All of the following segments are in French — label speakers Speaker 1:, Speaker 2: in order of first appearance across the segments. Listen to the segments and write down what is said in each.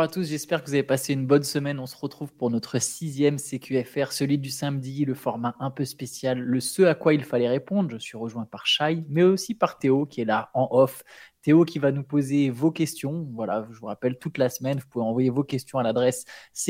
Speaker 1: à tous, j'espère que vous avez passé une bonne semaine. On se retrouve pour notre 6e CQFR, celui du samedi, le format un peu spécial, le ce à quoi il fallait répondre. Je suis rejoint par Shai, mais aussi par Théo qui est là en off. Théo qui va nous poser vos questions. Voilà, je vous rappelle, toute la semaine, vous pouvez envoyer vos questions à l'adresse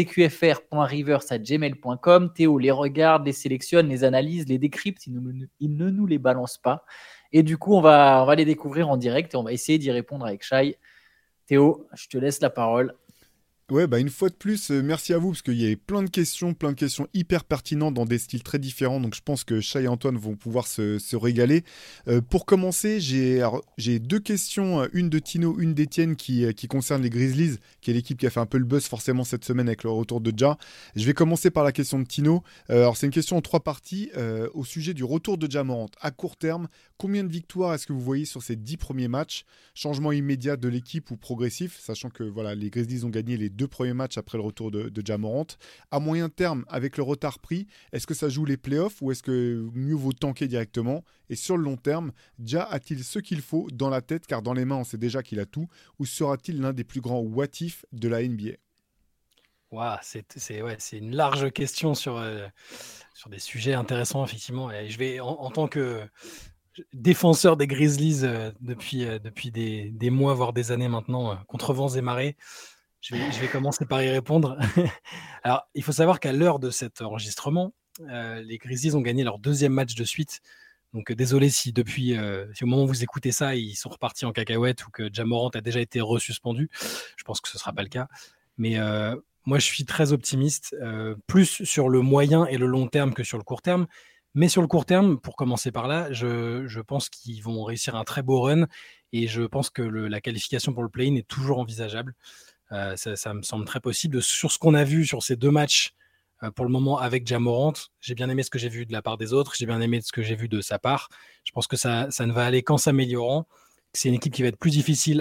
Speaker 1: cqfr.rivers@gmail.com. Théo les regarde, les sélectionne, les analyse, les décrypte, il ne nous les balance pas. Et du coup, on va les découvrir en direct et on va essayer d'y répondre avec Shai. Théo, je te laisse la parole.
Speaker 2: Ouais, bah une fois de plus, merci à vous, parce qu'il y avait plein de questions hyper pertinentes dans des styles très différents, donc je pense que Chay et Antoine vont pouvoir se régaler. Pour commencer, j'ai deux questions, une de Tino, une d'Étienne, qui concernent les Grizzlies, qui est l'équipe qui a fait un peu le buzz forcément cette semaine avec le retour de Ja. Je vais commencer par la question de Tino. Alors c'est une question en trois parties, au sujet du retour de Ja Morant. À court terme, combien de victoires est-ce que vous voyez sur ces 10 premiers matchs? Changement immédiat de l'équipe ou progressif, sachant que voilà, les Grizzlies ont gagné les deux premiers matchs après le retour de Ja Morant. À moyen terme, avec le retard pris, est-ce que ça joue les playoffs ou est-ce que mieux vaut tanker directement? Et sur le long terme, Ja a-t-il ce qu'il faut dans la tête, car dans les mains on sait déjà qu'il a tout, ou sera-t-il l'un des plus grands what-if de la NBA?
Speaker 3: Wow, c'est une large question sur des sujets intéressants, effectivement. Et je vais, en tant que défenseur des Grizzlies depuis des mois, voire des années maintenant, contre vents et marées, je vais commencer par y répondre. Alors, il faut savoir qu'à l'heure de cet enregistrement, les Grizzlies ont gagné leur deuxième match de suite. Donc, désolé si si au moment où vous écoutez ça, ils sont repartis en cacahuète ou que Ja Morant a déjà été resuspendu. Je pense que ce ne sera pas le cas. Mais moi, je suis très optimiste, plus sur le moyen et le long terme que sur le court terme. Mais sur le court terme, pour commencer par là, je pense qu'ils vont réussir un très beau run et je pense que la qualification pour le play-in est toujours envisageable. Ça me semble très possible. Sur ce qu'on a vu sur ces deux matchs pour le moment avec Ja Morant, j'ai bien aimé ce que j'ai vu de la part des autres, j'ai bien aimé ce que j'ai vu de sa part. Je pense que ça ne va aller qu'en s'améliorant. C'est une équipe qui va être plus difficile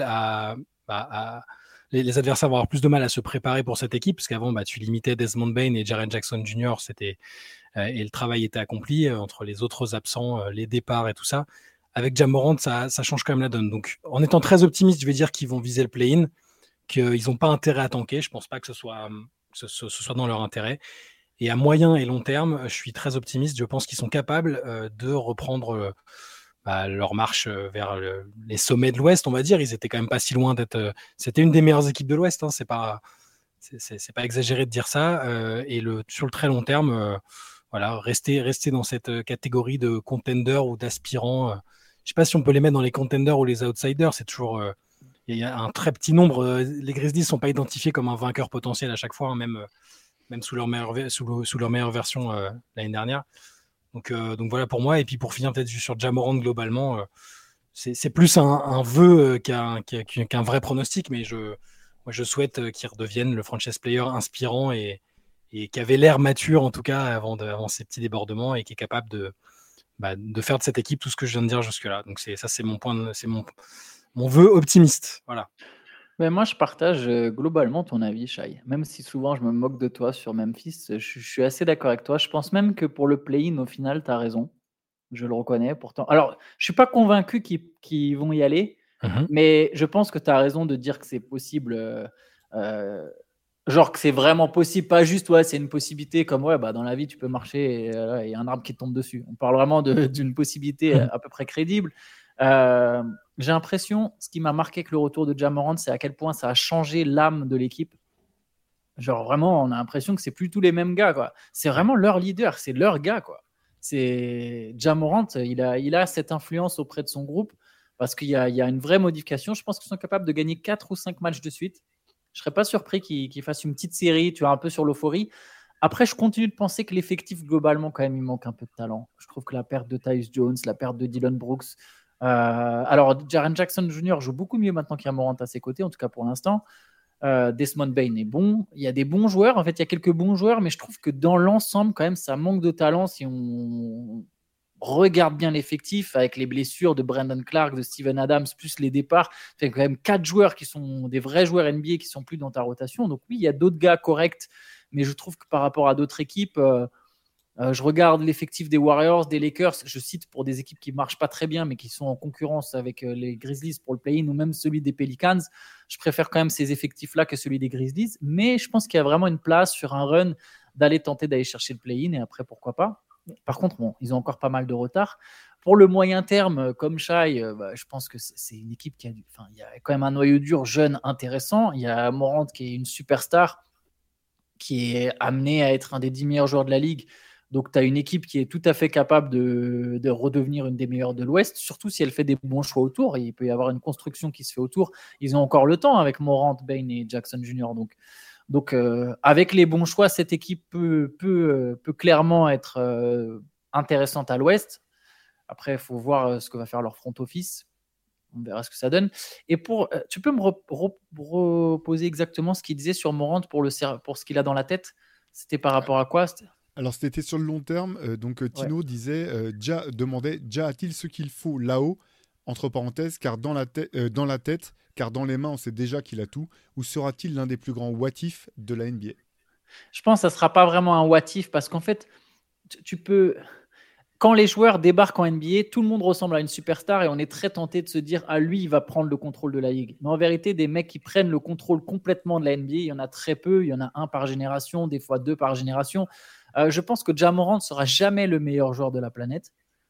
Speaker 3: les adversaires vont avoir plus de mal à se préparer pour cette équipe, parce qu'avant, tu limitais Desmond Bane et Jaren Jackson Jr., et le travail était accompli entre les autres absents, les départs et tout ça. Avec Ja Morant, ça change quand même la donne. Donc, en étant très optimiste, je vais dire qu'ils vont viser le play-in, qu'ils n'ont pas intérêt à tanker. Je ne pense pas que ce soit dans leur intérêt. Et à moyen et long terme, je suis très optimiste. Je pense qu'ils sont capables de reprendre leur marche vers les sommets de l'Ouest, on va dire. Ils étaient quand même pas si loin d'être. C'était une des meilleures équipes de l'Ouest. Hein. C'est pas exagéré de dire ça. Sur le très long terme, voilà, rester dans cette catégorie de contenders ou d'aspirants. Je ne sais pas si on peut les mettre dans les contenders ou les outsiders. C'est toujours. Il y a un très petit nombre. Les Grizzlies ne sont pas identifiés comme un vainqueur potentiel à chaque fois, hein, même sous leur meilleure version l'année dernière. Donc voilà pour moi. Et puis pour finir peut-être juste sur Ja Morant globalement, c'est plus un vœu qu'un vrai pronostic, mais moi je souhaite qu'il redevienne le franchise player inspirant et qui avait l'air mature en tout cas avant ces petits débordements et qui est capable de faire de cette équipe tout ce que je viens de dire jusque-là. Donc c'est mon point, c'est mon vœu optimiste. Voilà.
Speaker 1: Mais moi, je partage globalement ton avis, Shai. Même si souvent je me moque de toi sur Memphis, je suis assez d'accord avec toi. Je pense même que pour le play-in, au final, tu as raison. Je le reconnais pourtant. Alors, je suis pas convaincu qu'ils vont y aller, mais je pense que tu as raison de dire que c'est possible. Genre que c'est vraiment possible, pas juste ouais, c'est une possibilité comme ouais, dans la vie tu peux marcher et il y a un arbre qui te tombe dessus. On parle vraiment d'une possibilité à peu près crédible. J'ai l'impression, ce qui m'a marqué avec le retour de Ja Morant, c'est à quel point ça a changé l'âme de l'équipe. Genre vraiment, on a l'impression que c'est plus tous les mêmes gars, quoi. C'est vraiment leur leader, c'est leur gars, quoi. C'est Ja Morant, il a cette influence auprès de son groupe parce qu'il y a une vraie modification. Je pense qu'ils sont capables de gagner 4 ou 5 matchs de suite. Je ne serais pas surpris qu'ils fassent une petite série, tu vois, un peu sur l'euphorie. Après, je continue de penser que l'effectif, globalement, quand même, il manque un peu de talent. Je trouve que la perte de Tyus Jones, la perte de Dylan Brooks. Alors, Jaren Jackson Jr. joue beaucoup mieux maintenant qu'il y a Morant à ses côtés, en tout cas pour l'instant. Desmond Bane est bon. Il y a des bons joueurs. En fait, il y a quelques bons joueurs, mais je trouve que dans l'ensemble, quand même, ça manque de talent si on regarde bien l'effectif avec les blessures de Brandon Clark, de Steven Adams, plus les départs. Il y a quand même 4 joueurs qui sont des vrais joueurs NBA qui sont plus dans ta rotation. Donc oui, il y a d'autres gars corrects, mais je trouve que par rapport à d'autres équipes, Je regarde l'effectif des Warriors, des Lakers, je cite pour des équipes qui ne marchent pas très bien, mais qui sont en concurrence avec les Grizzlies pour le play-in, ou même celui des Pelicans. Je préfère quand même ces effectifs-là que celui des Grizzlies, mais je pense qu'il y a vraiment une place sur un run d'aller chercher le play-in, et après, pourquoi pas. Par contre, bon, ils ont encore pas mal de retard. Pour le moyen terme, comme Shai, je pense que c'est une équipe il y a quand même un noyau dur jeune intéressant. Il y a Morant qui est une superstar, qui est amené à être un des 10 meilleurs joueurs de la ligue. Donc, tu as une équipe qui est tout à fait capable de redevenir une des meilleures de l'Ouest, surtout si elle fait des bons choix autour. Il peut y avoir une construction qui se fait autour. Ils ont encore le temps avec Morant, Bane et Jackson Jr. Donc avec les bons choix, cette équipe peut clairement être intéressante à l'Ouest. Après, il faut voir ce que va faire leur front office. On verra ce que ça donne. Et tu peux me reposer exactement ce qu'il disait sur Morant pour ce qu'il a dans la tête? C'était par rapport à quoi?
Speaker 2: Alors, c'était sur le long terme. Tino disait, demandait, Ja a-t-il ce qu'il faut là-haut, entre parenthèses, car dans la tête, car dans les mains, on sait déjà qu'il a tout. Ou sera-t-il l'un des plus grands what-if de la NBA?
Speaker 1: Je pense que ça ne sera pas vraiment un what-if, parce qu'en fait, tu peux... Quand les joueurs débarquent en NBA, tout le monde ressemble à une superstar et on est très tenté de se dire « Ah, lui, il va prendre le contrôle de la ligue ». Mais en vérité, des mecs qui prennent le contrôle complètement de la NBA, il y en a très peu. Il y en a un par génération, des fois 2 par génération. Je pense que Ja Morant ne sera jamais le meilleur joueur de la planète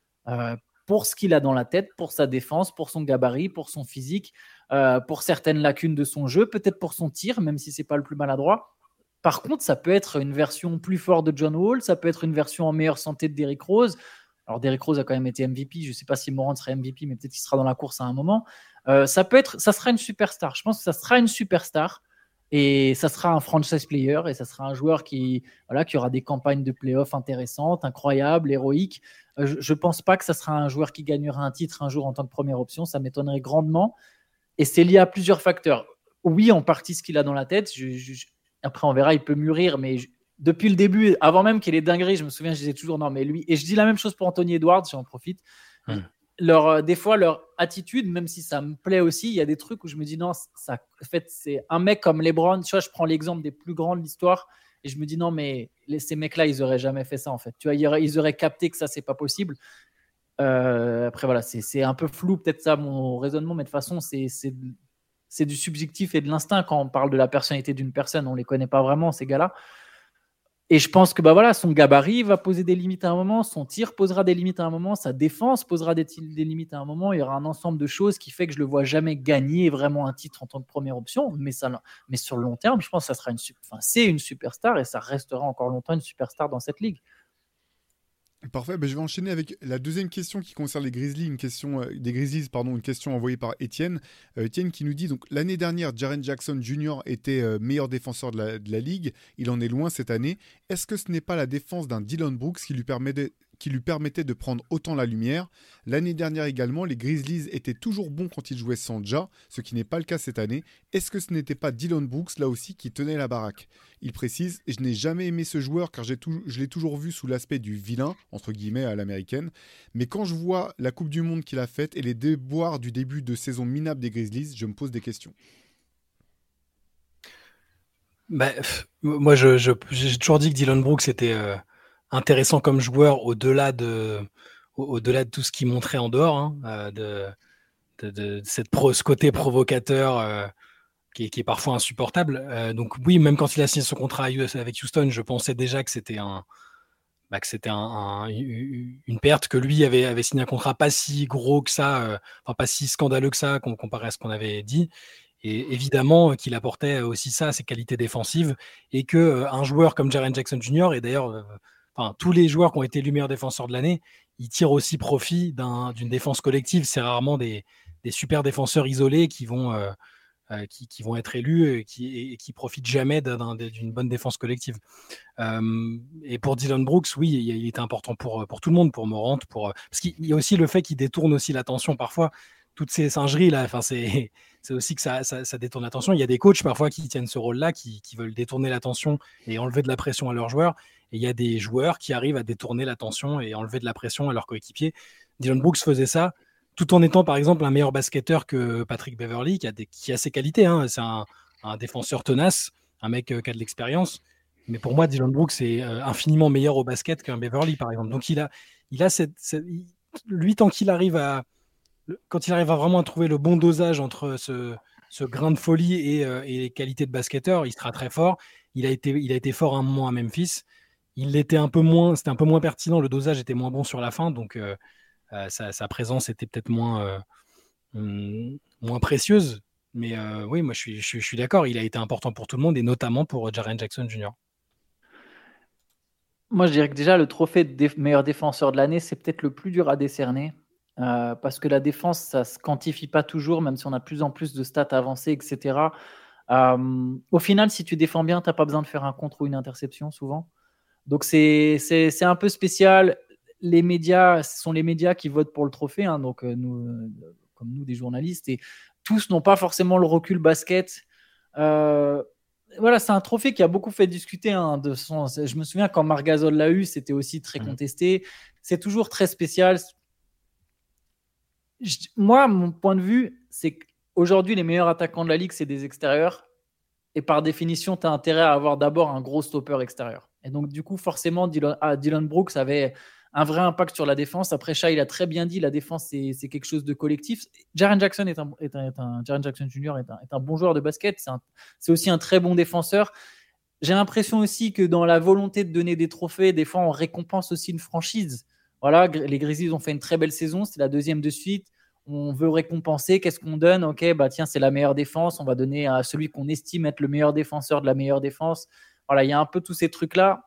Speaker 1: pour ce qu'il a dans la tête, pour sa défense, pour son gabarit, pour son physique, pour certaines lacunes de son jeu, peut-être pour son tir, même si ce n'est pas le plus maladroit. Par contre, ça peut être une version plus forte de John Wall, ça peut être une version en meilleure santé de Derrick Rose. Alors, Derrick Rose a quand même été MVP. Je ne sais pas si Morant sera MVP, mais peut-être qu'il sera dans la course à un moment. Ça sera une superstar. Je pense que ça sera une superstar et ça sera un franchise player et ça sera un joueur qui aura des campagnes de playoff intéressantes, incroyables, héroïques. Je ne pense pas que ça sera un joueur qui gagnera un titre un jour en tant que première option. Ça m'étonnerait grandement. Et c'est lié à plusieurs facteurs. Oui, en partie ce qu'il a dans la tête. Après, on verra, il peut mûrir, mais depuis le début, avant même qu'il ait dinguerie, je me souviens, je disais toujours non, mais lui, et je dis la même chose pour Anthony Edwards, j'en profite. Des fois, leur attitude, même si ça me plaît aussi, il y a des trucs où je me dis non, en fait, c'est un mec comme LeBron. Tu vois, je prends l'exemple des plus grands de l'histoire et je me dis non, mais ces mecs-là, ils auraient jamais fait ça en fait. Tu vois, ils auraient capté que ça, c'est pas possible. Après, voilà, c'est un peu flou, peut-être ça, mon raisonnement, mais de toute façon, c'est du subjectif et de l'instinct quand on parle de la personnalité d'une personne. On les connaît pas vraiment, ces gars-là. Et je pense que son gabarit va poser des limites à un moment, son tir posera des limites à un moment, sa défense posera des limites à un moment. Il y aura un ensemble de choses qui fait que je le vois jamais gagner vraiment un titre en tant que première option. Mais sur le long terme, je pense que ça sera c'est une superstar et ça restera encore longtemps une superstar dans cette ligue.
Speaker 2: Parfait, je vais enchaîner avec la deuxième question qui concerne les Grizzlies, une question envoyée par Étienne. Étienne qui nous dit, donc l'année dernière, Jaren Jackson Jr. était meilleur défenseur de la ligue, il en est loin cette année. Est-ce que ce n'est pas la défense d'un Dillon Brooks qui lui permettait de prendre autant la lumière? L'année dernière également, les Grizzlies étaient toujours bons quand ils jouaient sans Ja, ce qui n'est pas le cas cette année. Est-ce que ce n'était pas Dillon Brooks, là aussi, qui tenait la baraque? Il précise, je n'ai jamais aimé ce joueur car je l'ai toujours vu sous l'aspect du vilain, entre guillemets à l'américaine, mais quand je vois la Coupe du Monde qu'il a faite et les déboires du début de saison minable des Grizzlies, je me pose des questions.
Speaker 3: Moi, j'ai toujours dit que Dillon Brooks était intéressant comme joueur au-delà de tout ce qu'il montrait en dehors, de ce côté provocateur qui est parfois insupportable. Donc oui, même quand il a signé son contrat avec Houston, je pensais déjà que c'était une perte, que lui avait signé un contrat pas si gros que ça, pas si scandaleux que ça comparé à ce qu'on avait dit. Et évidemment qu'il apportait aussi ça, ses qualités défensives, et qu'un joueur comme Jaren Jackson Jr., et d'ailleurs tous les joueurs qui ont été élus meilleurs défenseurs de l'année, ils tirent aussi profit d'une défense collective. C'est rarement des super défenseurs isolés qui vont être élus et qui profitent jamais d'une bonne défense collective. Et pour Dillon Brooks, oui, il était important pour tout le monde, pour Morant, parce qu'il y a aussi le fait qu'il détourne aussi l'attention parfois. Toutes ces singeries là, c'est aussi que ça détourne l'attention. Il y a des coachs parfois qui tiennent ce rôle-là, qui veulent détourner l'attention et enlever de la pression à leurs joueurs. Et il y a des joueurs qui arrivent à détourner l'attention et enlever de la pression à leurs coéquipiers. Dillon Brooks faisait ça, tout en étant par exemple un meilleur basketteur que Patrick Beverley, qui a ses qualités. C'est un défenseur tenace, un mec qui a de l'expérience. Mais pour moi, Dylan Brooks est infiniment meilleur au basket qu'un Beverly, par exemple. Donc, il a lui, tant qu'il arrive quand il arrive à vraiment trouver le bon dosage entre ce grain de folie et les qualités de basketteur, il sera très fort. Il a été fort un moment à Memphis. C'était un peu moins pertinent. Le dosage était moins bon sur la fin. Donc, sa présence était peut-être moins précieuse. Mais oui, moi, je suis d'accord. Il a été important pour tout le monde et notamment pour Jaren Jackson Jr.
Speaker 1: Moi, je dirais que déjà, le trophée de meilleur défenseur de l'année, c'est peut-être le plus dur à décerner. Parce que la défense, ça ne se quantifie pas toujours, même si on a de plus en plus de stats avancées, etc. Au final, si tu défends bien, tu n'as pas besoin de faire un contre ou une interception souvent. Donc, c'est un peu spécial. Les médias, ce sont les médias qui votent pour le trophée, hein, donc comme nous, des journalistes, et tous n'ont pas forcément le recul basket. Voilà, c'est un trophée qui a beaucoup fait discuter. Hein, je me souviens quand Marc Gasol l'a eu, c'était aussi très contesté. C'est toujours très spécial. Moi, mon point de vue, c'est qu'aujourd'hui, les meilleurs attaquants de la ligue, c'est des extérieurs. Et par définition, tu as intérêt à avoir d'abord un gros stopper extérieur. Et donc, du coup, forcément, Dylan Brooks avait un vrai impact sur la défense. Après, Shai, il a très bien dit, la défense, c'est quelque chose de collectif. Jaren Jackson Jaren Jackson Jr. est un bon joueur de basket. C'est aussi un très bon défenseur. J'ai l'impression aussi que dans la volonté de donner des trophées, des fois, on récompense aussi une franchise. Voilà, les Grizzlies ont fait une très belle saison. C'est la deuxième de suite. On veut récompenser. Qu'est-ce qu'on donne? Ok, bah tiens, c'est la meilleure défense. On va donner à celui qu'on estime être le meilleur défenseur de la meilleure défense. Voilà, il y a un peu tous ces trucs-là.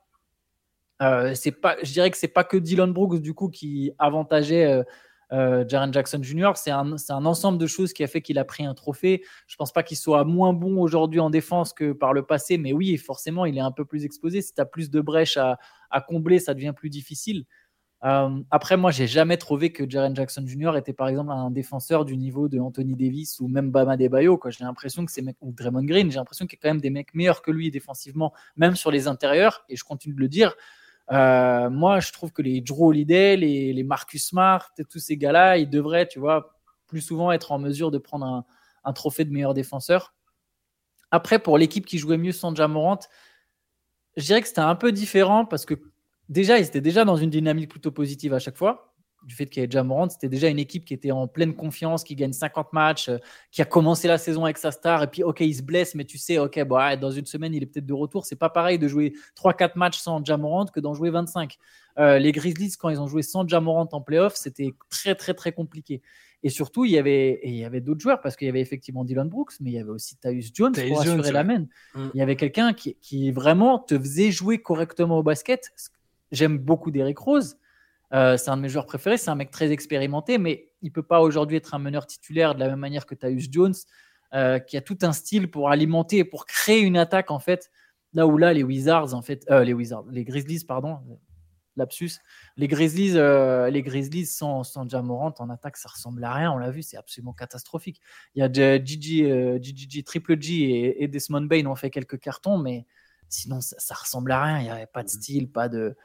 Speaker 1: Je dirais que c'est pas que Dylan Brooks du coup qui avantageait Jaren Jackson Jr. C'est un ensemble de choses qui a fait qu'il a pris un trophée. Je pense pas qu'il soit moins bon aujourd'hui en défense que par le passé, mais oui, forcément, il est un peu plus exposé. Si tu as plus de brèches à combler, ça devient plus difficile. Après, moi, j'ai jamais trouvé que Jaren Jackson Jr. était par exemple un défenseur du niveau de Anthony Davis ou même Bam Adebayo. J'ai l'impression que ces mecs, ou Draymond Green, j'ai l'impression qu'il y a quand même des mecs meilleurs que lui défensivement, même sur les intérieurs. Et je continue de le dire. Moi, je trouve que les Drew Holiday, les Marcus Smart, et tous ces gars-là, ils devraient, tu vois, plus souvent être en mesure de prendre un trophée de meilleur défenseur. Après, pour l'équipe qui jouait mieux sans Ja Morant, je dirais que c'était un peu différent parce que déjà, ils étaient déjà dans une dynamique plutôt positive à chaque fois. Du fait qu'il y ait Ja Morant, c'était déjà une équipe qui était en pleine confiance, qui gagne 50 matchs, qui a commencé la saison avec sa star, et puis ok, il se blesse, mais tu sais, ok, bon, dans une semaine, il est peut-être de retour. C'est pas pareil de jouer 3-4 matchs sans Ja Morant que d'en jouer 25. Les Grizzlies, quand ils ont joué sans Ja Morant en playoff, c'était très, très, très compliqué. Et surtout, il y avait d'autres joueurs, parce qu'il y avait effectivement Dylan Brooks, mais il y avait aussi Tyus Jones pour assurer la main. Il y avait quelqu'un qui vraiment te faisait jouer correctement au basket. J'aime beaucoup Derrick Rose. C'est un de mes joueurs préférés. C'est un mec très expérimenté, mais il ne peut pas aujourd'hui être un meneur titulaire de la même manière que Tyus Jones, qui a tout un style pour alimenter et pour créer une attaque, en fait. Là où les Grizzlies, pardon, lapsus. Les Grizzlies sans Ja Morant en attaque, ça ressemble à rien. On l'a vu, c'est absolument catastrophique. Il y a Gigi, Triple G et Desmond Bane ont fait quelques cartons, mais sinon, ça ressemble à rien. Il n'y avait pas de style, pas de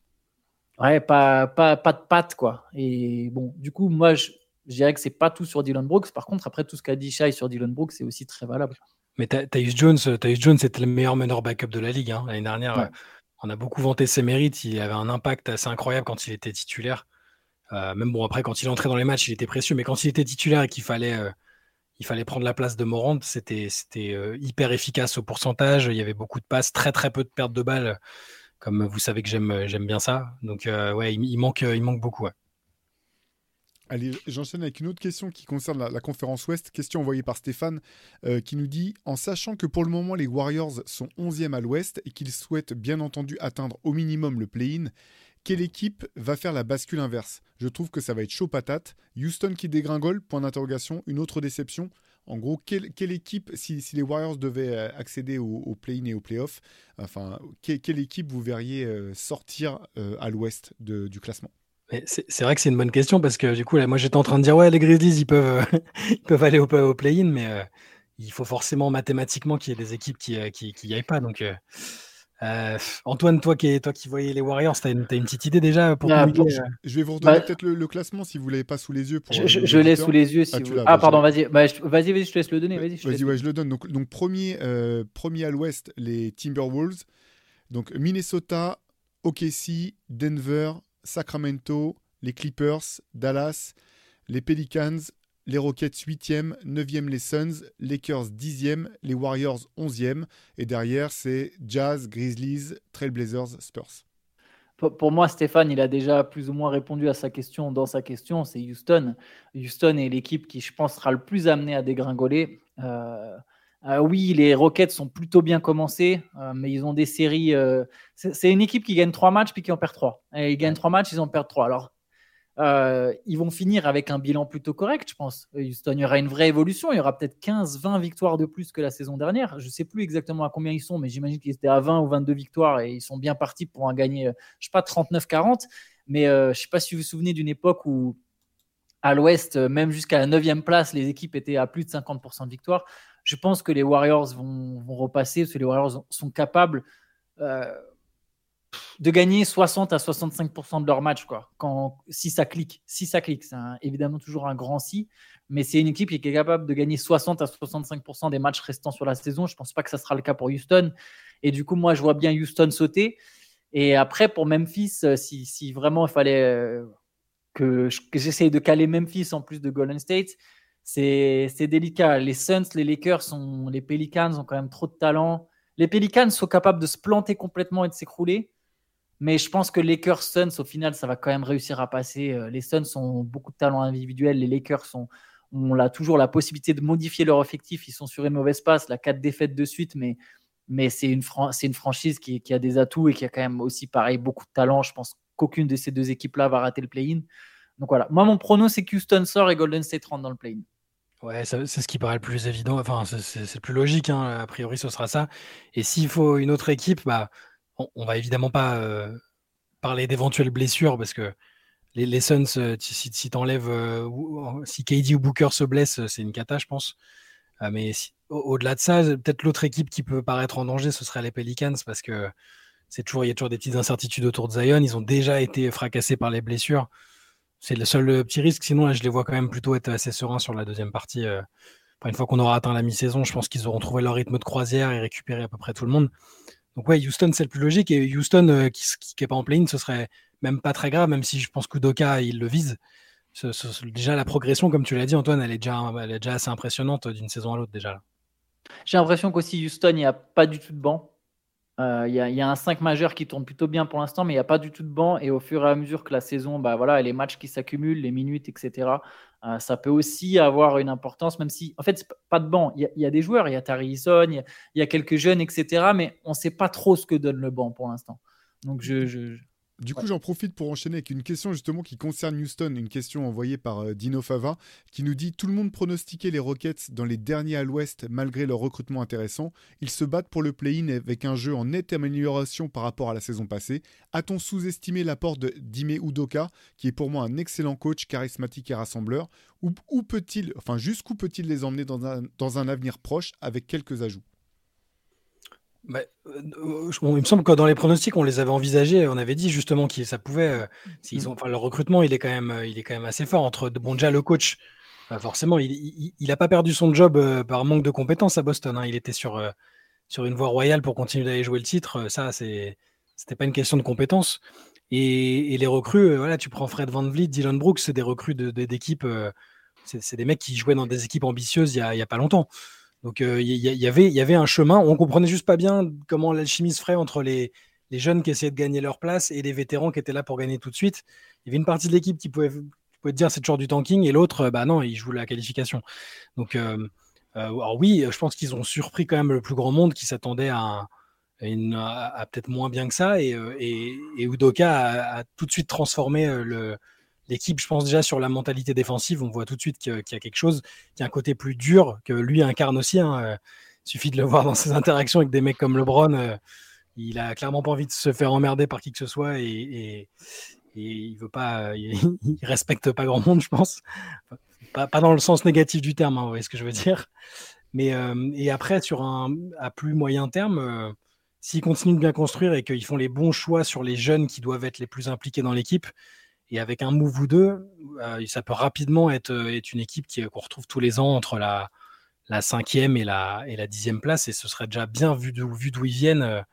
Speaker 1: patte, quoi. Et bon, du coup, moi, je dirais que c'est pas tout sur Dylan Brooks. Par contre, après, tout ce qu'a dit Shai sur Dylan Brooks, c'est aussi très valable.
Speaker 3: Mais Tyus Jones était le meilleur meneur backup de la ligue. Hein. L'année dernière,
Speaker 1: Ouais.
Speaker 3: on a beaucoup vanté ses mérites. Il avait un impact assez incroyable quand il était titulaire. Même bon, après, quand il entrait dans les matchs, il était précieux. Mais quand il était titulaire et qu'il fallait prendre la place de Morant, c'était hyper efficace au pourcentage. Il y avait beaucoup de passes, très très peu de pertes de balles. Comme vous savez que j'aime bien ça. Donc ouais, il manque beaucoup. Ouais.
Speaker 2: Allez, j'enchaîne avec une autre question qui concerne la conférence Ouest. Question envoyée par Stéphane qui nous dit « En sachant que pour le moment les Warriors sont 11e à l'Ouest et qu'ils souhaitent bien entendu atteindre au minimum le play-in, quelle équipe va faire la bascule inverse? Je trouve que ça va être chaud patate. Houston qui dégringole, point d'interrogation, une autre déception. En gros, quelle équipe, si les Warriors devaient accéder au play-in et au play-off, enfin, quelle équipe vous verriez sortir à l'Ouest du classement?
Speaker 3: Mais c'est vrai que c'est une bonne question parce que du coup, là, moi j'étais en train de dire ouais, les Grizzlies ils peuvent aller au play-in, mais il faut forcément mathématiquement qu'il y ait des équipes qui y aillent pas. Donc Antoine, toi qui voyais les Warriors, t'as une petite idée déjà pour
Speaker 2: Je vais vous redonner peut-être le classement si vous l'avez pas sous les yeux.
Speaker 1: Je l'ai sous les yeux si vous. Pardon, vas-y. Vas-y, je te laisse le donner.
Speaker 2: Vas-y, je le donne. Donc premier à l'Ouest, les Timberwolves. Donc Minnesota, OKC, Denver, Sacramento, les Clippers, Dallas, les Pelicans, les Rockets 8e, 9e les Suns, Lakers 10e, les Warriors 11e. Et derrière, c'est Jazz, Grizzlies, Trailblazers, Spurs.
Speaker 1: Pour moi, Stéphane, il a déjà plus ou moins répondu à sa question dans sa question, c'est Houston. Houston est l'équipe qui, je pense, sera le plus amenée à dégringoler. Oui, les Rockets sont plutôt bien commencés, mais ils ont des séries. C'est une équipe qui gagne 3 matchs puis qui en perd 3. Et ils gagnent 3 matchs, ils en perdent 3. Alors, ils vont finir avec un bilan plutôt correct, je pense. Houston, il y aura une vraie évolution. Il y aura peut-être 15-20 victoires de plus que la saison dernière. Je ne sais plus exactement à combien ils sont, mais j'imagine qu'ils étaient à 20 ou 22 victoires et ils sont bien partis pour en gagner, je ne sais pas, 39-40. Mais je ne sais pas si vous vous souvenez d'une époque où, à l'Ouest, même jusqu'à la 9e place, les équipes étaient à plus de 50% de victoire. Je pense que les Warriors vont repasser parce que les Warriors sont capables de gagner 60 à 65% de leur match, quoi. Si ça clique. C'est évidemment toujours un grand si, mais c'est une équipe qui est capable de gagner 60 à 65% des matchs restants sur la saison. Je ne pense pas que ça sera le cas pour Houston. Et du coup, moi, je vois bien Houston sauter. Et après, pour Memphis, si vraiment il fallait que j'essaye de caler Memphis en plus de Golden State, c'est délicat. Les Suns, les Lakers, les Pelicans ont quand même trop de talent. Les Pelicans sont capables de se planter complètement et de s'écrouler. Mais je pense que Lakers Suns, au final, ça va quand même réussir à passer. Les Suns ont beaucoup de talent individuel. Les Lakers ont toujours la possibilité de modifier leur effectif. Ils sont sur une mauvaise passe, 4 défaites de suite, mais c'est une franchise qui a des atouts et qui a quand même aussi, pareil, beaucoup de talent. Je pense qu'aucune de ces deux équipes-là va rater le play-in. Donc voilà. Moi, mon prono, c'est que Houston sort et Golden State rentre dans le play-in.
Speaker 3: Ouais, c'est ce qui paraît le plus évident. Enfin, c'est le plus logique, hein. A priori, ce sera ça. Et s'il faut une autre équipe, bah, on va évidemment pas parler d'éventuelles blessures parce que les Suns, si t'enlèves, si KD ou Booker se blessent, c'est une cata, je pense. Mais au-delà de ça, peut-être l'autre équipe qui peut paraître en danger, ce serait les Pelicans parce que il y a toujours des petites incertitudes autour de Zion. Ils ont déjà été fracassés par les blessures. C'est le seul petit risque. Sinon, là, je les vois quand même plutôt être assez sereins sur la deuxième partie. Une fois qu'on aura atteint la mi-saison, je pense qu'ils auront trouvé leur rythme de croisière et récupéré à peu près tout le monde. Donc ouais, Houston, c'est le plus logique. Et Houston, qui n'est pas en play-in, ce serait même pas très grave, même si je pense qu'Udoka, il le vise. Déjà, la progression, comme tu l'as dit, Antoine, elle est déjà assez impressionnante d'une saison à l'autre déjà. Là.
Speaker 1: J'ai l'impression qu'aussi Houston, il n'y a pas du tout de banc. Il y a un 5 majeur qui tourne plutôt bien pour l'instant, mais il n'y a pas du tout de banc. Et au fur et à mesure que la saison, les matchs qui s'accumulent, les minutes, etc., ça peut aussi avoir une importance, même si, en fait, c'est pas de banc. Il y a des joueurs, il y a Tari Eason, il y a quelques jeunes, etc., mais on ne sait pas trop ce que donne le banc pour l'instant. Donc,
Speaker 2: Du coup, j'en profite pour enchaîner avec une question justement qui concerne Houston, une question envoyée par Dino Fava, qui nous dit « Tout le monde pronostiquait les Rockets dans les derniers à l'Ouest malgré leur recrutement intéressant. Ils se battent pour le play-in avec un jeu en nette amélioration par rapport à la saison passée. A-t-on sous-estimé l'apport d'Ime Udoka, qui est pour moi un excellent coach, charismatique et rassembleur, jusqu'où peut-il les emmener dans un avenir proche avec quelques ajouts ?»
Speaker 3: Il me semble que dans les pronostics, on les avait envisagés. On avait dit justement que ça pouvait. Leur recrutement, il est quand même assez fort. Déjà le coach, forcément, il n'a pas perdu son job par manque de compétences à Boston. Hein. Il était sur une voie royale pour continuer d'aller jouer le titre. Ça, c'était pas une question de compétences. Et les recrues, tu prends Fred VanVleet, Dylan Brooks, c'est des recrues d'équipes. C'est des mecs qui jouaient dans des équipes ambitieuses il y a pas longtemps. Donc il y avait un chemin. On comprenait juste pas bien comment l'alchimie se ferait entre les jeunes qui essayaient de gagner leur place et les vétérans qui étaient là pour gagner tout de suite. Il y avait une partie de l'équipe qui pouvait te dire c'est toujours du tanking et l'autre, non, ils jouent la qualification. Donc alors oui, je pense qu'ils ont surpris quand même le plus grand monde qui s'attendait à peut-être moins bien que ça et Udoka a tout de suite transformé l'équipe, je pense déjà sur la mentalité défensive, on voit tout de suite qu'il y a quelque chose, qu'il y a un côté plus dur que lui incarne aussi. Hein. Il suffit de le voir dans ses interactions avec des mecs comme LeBron. Il a clairement pas envie de se faire emmerder par qui que ce soit et il veut pas, il respecte pas grand monde, je pense. Pas dans le sens négatif du terme, hein, vous voyez ce que je veux dire. Mais et après à plus moyen terme, s'ils continuent de bien construire et qu'ils font les bons choix sur les jeunes qui doivent être les plus impliqués dans l'équipe. Et avec un move ou deux, ça peut rapidement être une équipe qu'on retrouve tous les ans entre la 5e et la 10e place. Et ce serait déjà bien vu d'où ils viennent.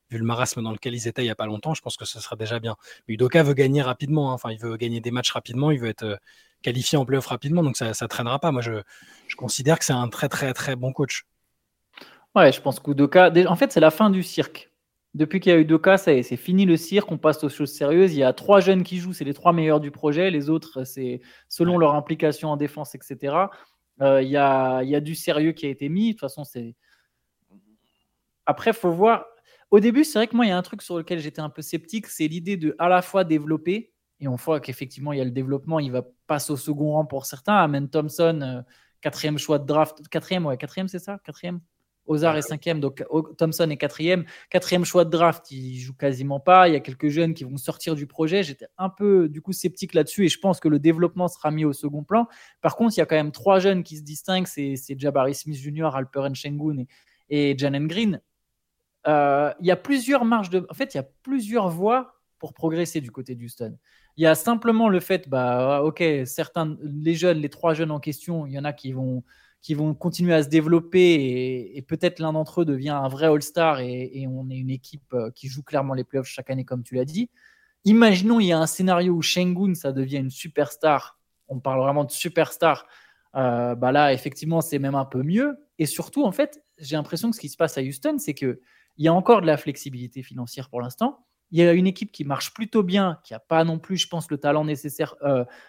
Speaker 3: vu le marasme dans lequel ils étaient il n'y a pas longtemps, je pense que ce sera déjà bien. Mais Udoka veut gagner rapidement, hein. Enfin, il veut gagner des matchs rapidement, il veut être qualifié en playoff rapidement, donc ça ne traînera pas. Moi, je considère que c'est un très, très, très bon coach.
Speaker 1: Ouais, je pense qu'Udoka, en fait, c'est la fin du cirque. Depuis qu'il y a Udoka, c'est fini le cirque, on passe aux choses sérieuses. Il y a 3 jeunes qui jouent, c'est les 3 meilleurs du projet. Les autres, c'est selon leur implication en défense, etc. Il y a du sérieux qui a été mis. De toute façon, après, il faut voir. Au début, c'est vrai que moi, il y a un truc sur lequel j'étais un peu sceptique, c'est l'idée de à la fois développer, et on voit qu'effectivement, il y a le développement, il va passer au second rang pour certains. Amen Thompson, 4e choix de draft. 4e, c'est ça 4e. Ozar est 5e, donc Thompson est 4e. 4e choix de draft, il joue quasiment pas. Il y a quelques jeunes qui vont sortir du projet. J'étais un peu du coup sceptique là-dessus et je pense que le développement sera mis au second plan. Par contre, il y a quand même 3 jeunes qui se distinguent, c'est Jabari Smith Jr., Alperen Sengun et Jalen Green. Il y a plusieurs marges en fait, il y a plusieurs voies pour progresser du côté d'Houston. Il y a simplement le fait, ok, certains, les 3 jeunes en question, il y en a qui vont continuer à se développer et peut-être l'un d'entre eux devient un vrai All-Star et on est une équipe qui joue clairement les playoffs chaque année, comme tu l'as dit. Imaginons, il y a un scénario où Sengun, ça devient une superstar. On parle vraiment de superstar. Là, effectivement, c'est même un peu mieux. Et surtout, en fait, j'ai l'impression que ce qui se passe à Houston, c'est qu'il y a encore de la flexibilité financière pour l'instant. Il y a une équipe qui marche plutôt bien, qui n'a pas non plus, je pense, le talent nécessaire,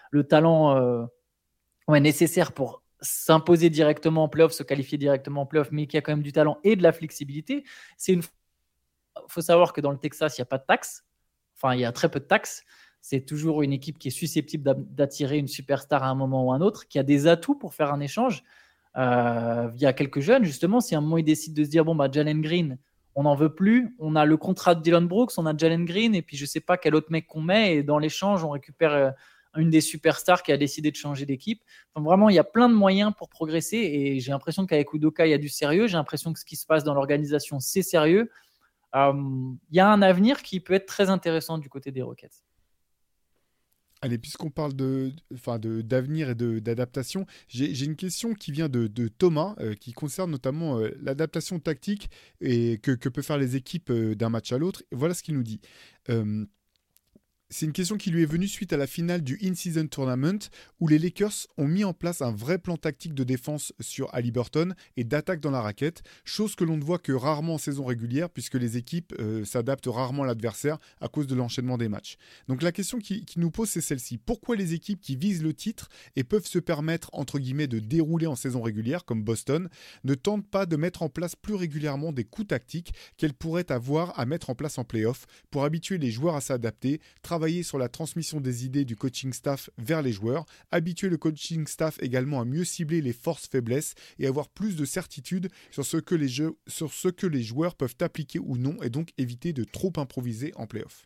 Speaker 1: nécessaire pour s'imposer directement en playoff, se qualifier directement en playoff, mais qui a quand même du talent et de la flexibilité. Il faut savoir que dans le Texas, il n'y a pas de taxes. Enfin, il y a très peu de taxes. C'est toujours une équipe qui est susceptible d'attirer une superstar à un moment ou à un autre, qui a des atouts pour faire un échange. Il y a quelques jeunes, justement, si à un moment ils décident de se dire, Jalen Green, on n'en veut plus, on a le contrat de Dillon Brooks, on a Jalen Green, et puis je ne sais pas quel autre mec qu'on met, et dans l'échange, on récupère une des superstars qui a décidé de changer d'équipe. Enfin, vraiment, il y a plein de moyens pour progresser, et j'ai l'impression qu'avec Udoka, il y a du sérieux, j'ai l'impression que ce qui se passe dans l'organisation, c'est sérieux. Il y a un avenir qui peut être très intéressant du côté des Rockets.
Speaker 2: Allez, puisqu'on parle d'avenir et d'adaptation, j'ai une question qui vient de Thomas, qui concerne notamment l'adaptation tactique et que peuvent faire les équipes d'un match à l'autre. Voilà ce qu'il nous dit. C'est une question qui lui est venue suite à la finale du In-Season Tournament où les Lakers ont mis en place un vrai plan tactique de défense sur Haliburton et d'attaque dans la raquette, chose que l'on ne voit que rarement en saison régulière puisque les équipes s'adaptent rarement à l'adversaire à cause de l'enchaînement des matchs. Donc la question qui nous pose, c'est celle-ci. Pourquoi les équipes qui visent le titre et peuvent se permettre, entre guillemets, de dérouler en saison régulière, comme Boston, ne tentent pas de mettre en place plus régulièrement des coups tactiques qu'elles pourraient avoir à mettre en place en play-off pour habituer les joueurs à s'adapter, travailler sur la transmission des idées du coaching staff vers les joueurs, habituer le coaching staff également à mieux cibler les forces-faiblesses et avoir plus de certitude sur ce que les joueurs peuvent appliquer ou non et donc éviter de trop improviser en play-off.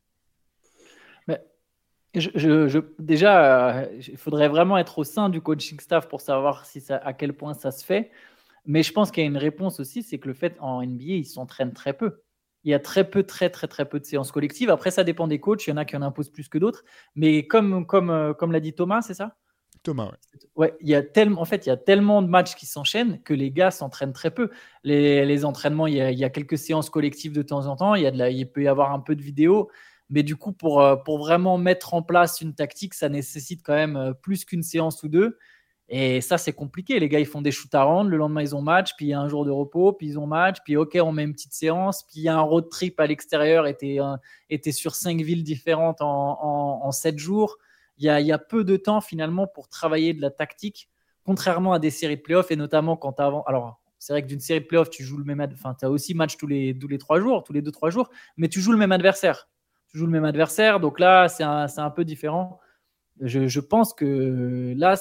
Speaker 1: Déjà, il faudrait vraiment être au sein du coaching staff pour savoir à quel point ça se fait. Mais je pense qu'il y a une réponse aussi, c'est que le fait en NBA, ils s'entraînent très peu. Il y a très peu de séances collectives. Après, ça dépend des coachs. Il y en a qui en imposent plus que d'autres. Mais comme l'a dit Thomas, c'est ça ?
Speaker 2: Thomas, ouais.
Speaker 1: Ouais, il y a tellement de matchs qui s'enchaînent que les gars s'entraînent très peu. Les entraînements, il y a quelques séances collectives de temps en temps. Il peut y avoir un peu de vidéo. Mais du coup, pour vraiment mettre en place une tactique, ça nécessite quand même plus qu'une séance ou deux. Et ça, c'est compliqué. Les gars, ils font des shoot around. Le lendemain, ils ont match. Puis il y a un jour de repos. Puis ils ont match. Puis OK, on met une petite séance. Puis il y a un road trip à l'extérieur. Était sur 5 villes différentes en 7 jours. Il y a peu de temps finalement pour travailler de la tactique, contrairement à des séries de playoffs. Et notamment quand tu avant. Alors, c'est vrai que d'une série de playoffs, tu joues le même. Enfin, tu as aussi match tous les 3 jours, tous les 2-3 jours. Mais tu joues le même adversaire. Donc là, c'est un peu différent. Je pense que là,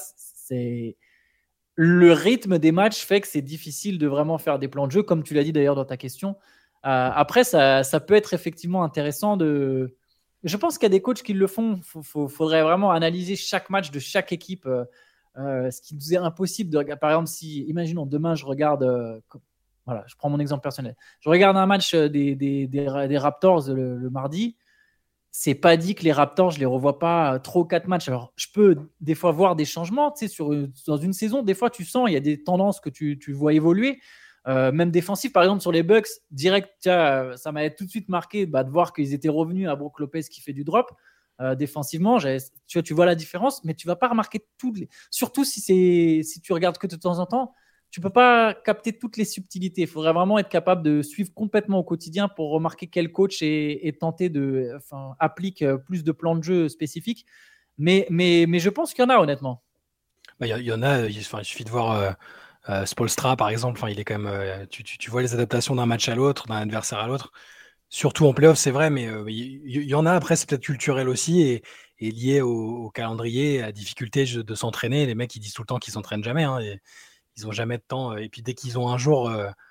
Speaker 1: le rythme des matchs fait que c'est difficile de vraiment faire des plans de jeu, comme tu l'as dit d'ailleurs dans ta question. Après, ça peut être effectivement intéressant de. Je pense qu'il y a des coachs qui le font. Faudrait vraiment analyser chaque match de chaque équipe, ce qui nous est impossible de regarder. Par exemple, si, imaginons, demain, je regarde. Voilà, je prends mon exemple personnel. Je regarde un match des Raptors le mardi. C'est pas dit que les Raptors, je les revois pas 3 ou 4 matchs. Alors, je peux des fois voir des changements, tu sais, dans une saison, des fois, tu sens, il y a des tendances que tu vois évoluer. même défensif. Par exemple, sur les Bucks, direct, ça m'avait tout de suite marqué de voir qu'ils étaient revenus à Brook Lopez qui fait du drop. Défensivement, tu vois la différence, mais tu vas pas remarquer surtout si tu regardes que de temps en temps, tu peux pas capter toutes les subtilités. Il faudrait vraiment être capable de suivre complètement au quotidien pour remarquer quel coach est tenté applique plus de plans de jeu spécifiques. Mais je pense qu'il y en a, honnêtement.
Speaker 3: Il y en a, il suffit de voir Spoelstra, par exemple. Il est quand même, tu vois les adaptations d'un match à l'autre, d'un adversaire à l'autre. Surtout en playoff, c'est vrai, mais il y en a. Après, c'est peut-être culturel aussi et lié au calendrier, à la difficulté de s'entraîner. Les mecs, ils disent tout le temps qu'ils s'entraînent jamais. Et ils n'ont jamais de temps. Et puis, dès qu'ils ont un jour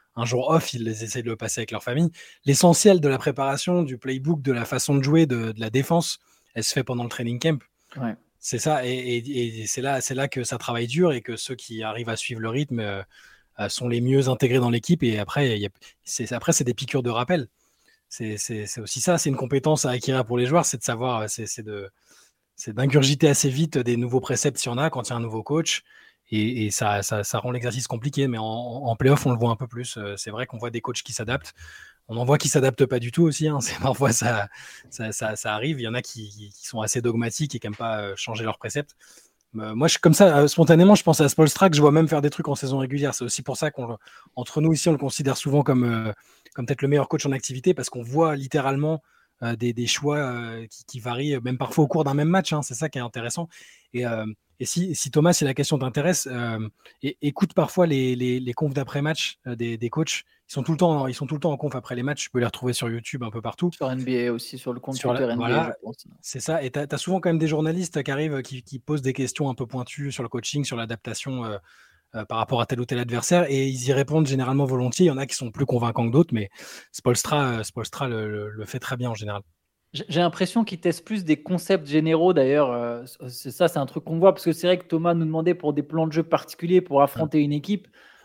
Speaker 3: off, ils essaient de le passer avec leur famille. L'essentiel de la préparation, du playbook, de la façon de jouer, de la défense, elle se fait pendant le training camp.
Speaker 1: Ouais.
Speaker 3: C'est ça. Et c'est là que ça travaille dur et que ceux qui arrivent à suivre le rythme sont les mieux intégrés dans l'équipe. Et après, c'est des piqûres de rappel. C'est aussi ça, c'est une compétence à acquérir pour les joueurs, c'est de savoir, c'est d'ingurgiter assez vite des nouveaux préceptes s'il y en a quand il y a un nouveau coach, et ça rend l'exercice compliqué, mais en playoff on le voit un peu plus. C'est vrai qu'on voit des coachs qui s'adaptent, on en voit qui s'adaptent pas du tout aussi, parfois ça arrive, il y en a qui sont assez dogmatiques et qui n'aiment pas changer leurs préceptes. Moi, comme ça, spontanément, je pense à Spoelstra que je vois même faire des trucs en saison régulière. C'est aussi pour ça qu'entre nous ici, on le considère souvent comme peut-être le meilleur coach en activité, parce qu'on voit littéralement des choix qui varient, même parfois au cours d'un même match. C'est ça qui est intéressant. Et si Thomas, si la question t'intéresse, écoute parfois les confs d'après-match des coachs. Ils sont tout le temps en conf après les matchs. Tu peux les retrouver sur YouTube un peu partout.
Speaker 1: Sur NBA aussi, sur le compte Twitter NBA,
Speaker 3: voilà,
Speaker 1: je pense.
Speaker 3: C'est ça. Et tu as souvent quand même des journalistes qui arrivent, qui posent des questions un peu pointues sur le coaching, sur l'adaptation par rapport à tel ou tel adversaire, et ils y répondent généralement volontiers. Il y en a qui sont plus convaincants que d'autres, mais Spoelstra le fait très bien en général.
Speaker 1: J'ai l'impression qu'il teste plus des concepts généraux d'ailleurs. C'est un truc qu'on voit, parce que c'est vrai que Thomas nous demandait pour des plans de jeu particuliers pour affronter une équipe.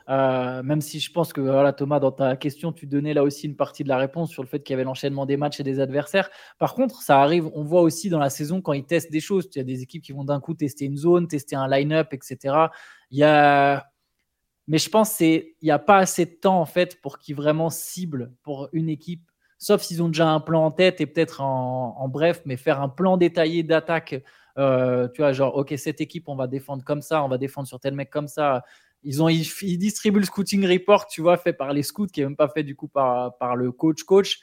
Speaker 1: Même si je pense que Thomas, dans ta question, tu donnais là aussi une partie de la réponse sur le fait qu'il y avait l'enchaînement des matchs et des adversaires. Par contre, ça arrive, on voit aussi dans la saison quand ils testent des choses. Il y a des équipes qui vont d'un coup tester une zone, tester un line-up, etc. Mais je pense qu'il n'y a pas assez de temps en fait pour qu'ils vraiment ciblent pour une équipe, sauf s'ils ont déjà un plan en tête et peut-être en bref, mais faire un plan détaillé d'attaque. Tu vois, genre, ok, cette équipe, on va défendre comme ça, on va défendre sur tel mec comme ça. Ils distribuent le scouting report, tu vois, fait par les scouts, qui n'est même pas fait du coup par le coach.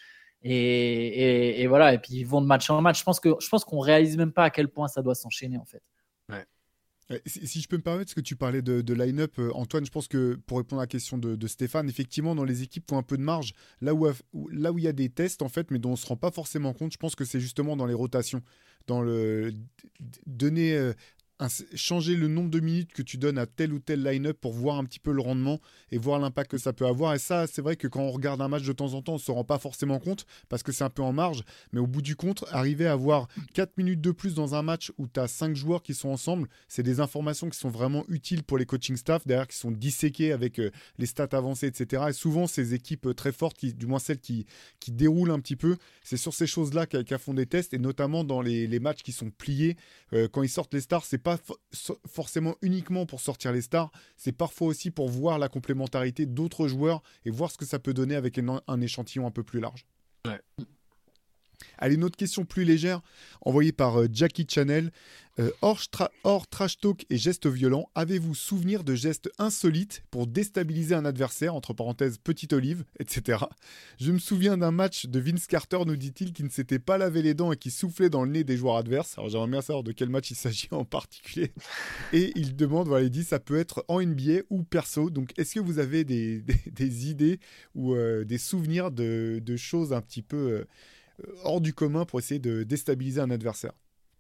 Speaker 1: Et voilà, et puis ils vont de match en match. Je pense qu'on réalise même pas à quel point ça doit s'enchaîner en fait.
Speaker 3: Ouais.
Speaker 2: Si je peux me permettre, parce que tu parlais de line-up, Antoine, je pense que pour répondre à la question de Stéphane, effectivement, dans les équipes qui ont un peu de marge, là où il y a des tests, en fait, mais dont on ne se rend pas forcément compte, je pense que c'est justement dans les rotations, dans le donner changer le nombre de minutes que tu donnes à tel ou tel line-up pour voir un petit peu le rendement et voir l'impact que ça peut avoir. Et ça, c'est vrai que quand on regarde un match de temps en temps, on ne se rend pas forcément compte parce que c'est un peu en marge. Mais au bout du compte, arriver à avoir 4 minutes de plus dans un match où tu as 5 joueurs qui sont ensemble, c'est des informations qui sont vraiment utiles pour les coaching staff, derrière qui sont disséquées avec les stats avancées, etc. Et souvent, ces équipes très fortes, du moins celles qui déroulent un petit peu, c'est sur ces choses-là qu'elles font des tests, et notamment dans les matchs qui sont pliés. Quand ils sortent les stars, c'est pas forcément uniquement pour sortir les stars, c'est parfois aussi pour voir la complémentarité d'autres joueurs et voir ce que ça peut donner avec un échantillon un peu plus large.
Speaker 3: Ouais.
Speaker 2: Allez, une autre question plus légère, envoyée par Jackie Channel. Hors trash talk et gestes violents, avez-vous souvenir de gestes insolites pour déstabiliser un adversaire, entre parenthèses petite olive, etc. Je me souviens d'un match de Vince Carter, nous dit-il, qui ne s'était pas lavé les dents et qui soufflait dans le nez des joueurs adverses. Alors j'aimerais bien savoir de quel match il s'agit en particulier. Et il demande, voilà, il dit ça peut être en NBA ou perso. Donc est-ce que vous avez des idées ou des souvenirs de choses un petit peu hors du commun pour essayer de déstabiliser un adversaire?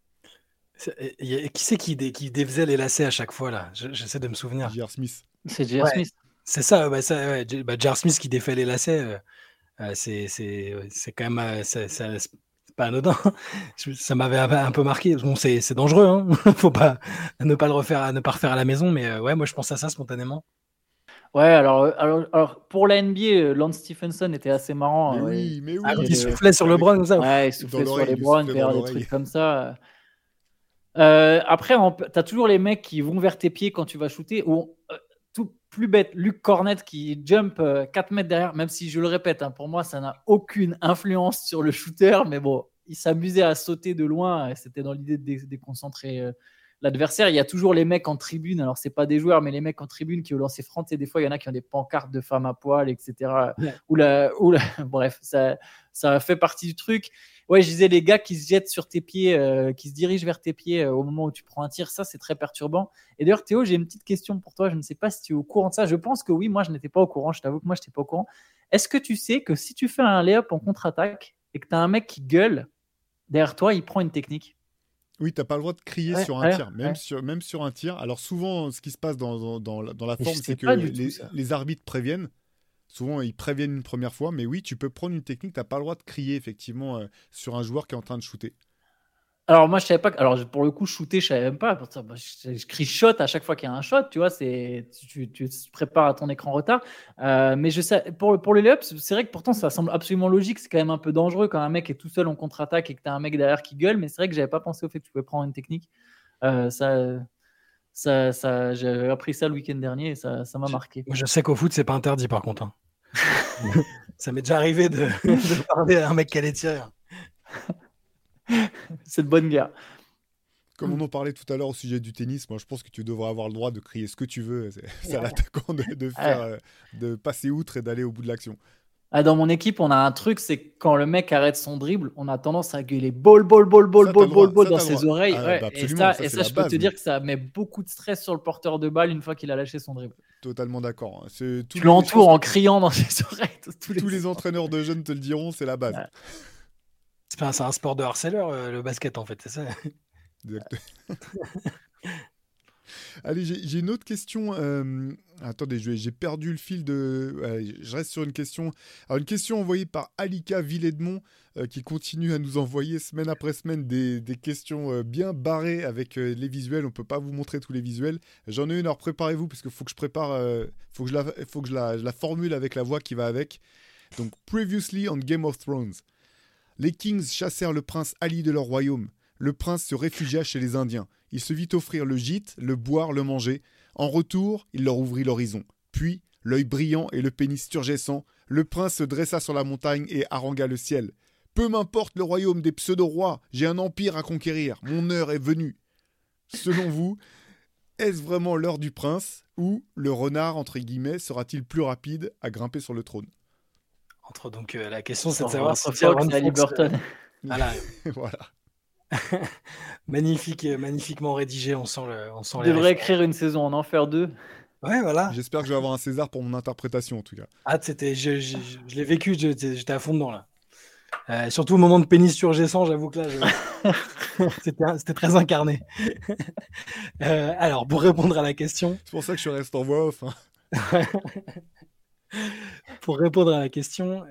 Speaker 3: Qui c'est qui défaisait les lacets à chaque fois là? J'essaie de me souvenir.
Speaker 2: J.R. Smith.
Speaker 1: C'est J.R. Smith.
Speaker 3: C'est ça, J.R. Smith qui défait les lacets, c'est quand même c'est pas anodin. Ça m'avait un peu marqué. Bon, c'est dangereux, hein. Faut pas ne pas refaire à la maison, mais ouais, moi je pense à ça spontanément.
Speaker 1: Ouais, alors pour la NBA, Lance Stephenson était assez marrant.
Speaker 2: Mais oui.
Speaker 3: Quand il soufflait sur LeBron comme ça.
Speaker 1: Ouais, il soufflait sur LeBron, des trucs comme ça. Après, tu as toujours les mecs qui vont vers tes pieds quand tu vas shooter. plus bête. Luke Cornett qui jump 4 mètres derrière, même si je le répète, pour moi, ça n'a aucune influence sur le shooter. Mais bon, il s'amusait à sauter de loin. Et c'était dans l'idée de déconcentrer l'adversaire. Il y a toujours les mecs en tribune. Alors, c'est pas des joueurs, mais les mecs en tribune qui ont lancé front. Et des fois, il y en a qui ont des pancartes de femmes à poil, etc. Ouais. Bref, ça fait partie du truc. Ouais, je disais les gars qui se jettent sur tes pieds, qui se dirigent vers tes pieds au moment où tu prends un tir, ça c'est très perturbant. Et d'ailleurs Théo, j'ai une petite question pour toi, je ne sais pas si tu es au courant de ça, je pense que oui, moi je n'étais pas au courant, je t'avoue que moi je n'étais pas au courant. Est-ce que tu sais que si tu fais un lay-up en contre-attaque et que tu as un mec qui gueule derrière toi, il prend une technique?
Speaker 2: Oui, t'as pas le droit de crier sur un tir, même sur un tir. Alors souvent, ce qui se passe dans la forme, c'est que les arbitres préviennent. Souvent, ils préviennent une première fois, mais oui, tu peux prendre une technique, tu n'as pas le droit de crier, effectivement, sur un joueur qui est en train de shooter.
Speaker 1: Alors, moi, je savais pas. Alors, pour le coup, shooter, je savais même pas. Je crie shot à chaque fois qu'il y a un shot, tu vois. Tu te prépares à ton écran retard. Mais je sais, pour les layups, c'est vrai que pourtant, ça semble absolument logique. C'est quand même un peu dangereux quand un mec est tout seul en contre-attaque et que tu as un mec derrière qui gueule. Mais c'est vrai que j'avais pas pensé au fait que tu pouvais prendre une technique. J'ai appris ça le week-end dernier et ça m'a marqué.
Speaker 3: Je sais qu'au foot, c'est pas interdit par contre. Ça m'est déjà arrivé de parler à un mec qui allait tirer.
Speaker 1: C'est de bonne guerre.
Speaker 2: Comme on en parlait tout à l'heure au sujet du tennis, moi je pense que tu devrais avoir le droit de crier ce que tu veux. C'est à l'attaquant de passer outre et d'aller au bout de l'action.
Speaker 1: Dans mon équipe, on a un truc, c'est que quand le mec arrête son dribble, on a tendance à gueuler ball dans ses oreilles. Et ça, je peux te dire que ça met beaucoup de stress sur le porteur de balle une fois qu'il a lâché son dribble.
Speaker 2: Totalement d'accord.
Speaker 1: Tu l'entoures en criant dans ses oreilles.
Speaker 2: Tous les entraîneurs de jeunes te le diront, c'est la base.
Speaker 3: C'est un sport de harceleur, le basket, en fait, c'est ça.
Speaker 2: Exactement. Allez, j'ai une autre question. Attendez, j'ai perdu le fil de... je reste sur une question. Alors, une question envoyée par Alika Villedmont qui continue à nous envoyer semaine après semaine des questions bien barrées avec les visuels. On ne peut pas vous montrer tous les visuels. J'en ai une, alors préparez-vous parce qu'il faut que je prépare... faut que je la formule avec la voix qui va avec. Donc, previously on Game of Thrones. Les Kings chassèrent le prince Ali de leur royaume. Le prince se réfugia chez les Indiens. Il se vit offrir le gîte, le boire, le manger. En retour, il leur ouvrit l'horizon. Puis, l'œil brillant et le pénis turgescent, le prince se dressa sur la montagne et harangua le ciel. « Peu m'importe le royaume des pseudo-rois, j'ai un empire à conquérir. Mon heure est venue. » Selon vous, est-ce vraiment l'heure du prince ou le renard, entre guillemets, sera-t-il plus rapide à grimper sur le trône?
Speaker 3: Donc la question, c'est de savoir si c'est
Speaker 1: Haliburton.
Speaker 3: Voilà.
Speaker 2: Voilà.
Speaker 3: Magnifiquement rédigé, on sent
Speaker 1: Tu devrais écrire une saison en Enfer 2.
Speaker 3: Ouais, voilà.
Speaker 2: J'espère que je vais avoir un César pour mon interprétation, en tout cas.
Speaker 3: Je l'ai vécu, j'étais à fond dedans, là. Surtout au moment de pénis turgescent, j'avoue que là, c'était très incarné. Alors, pour répondre à la question...
Speaker 2: C'est pour ça que je reste en voix off. Hein.
Speaker 3: Pour répondre à la question...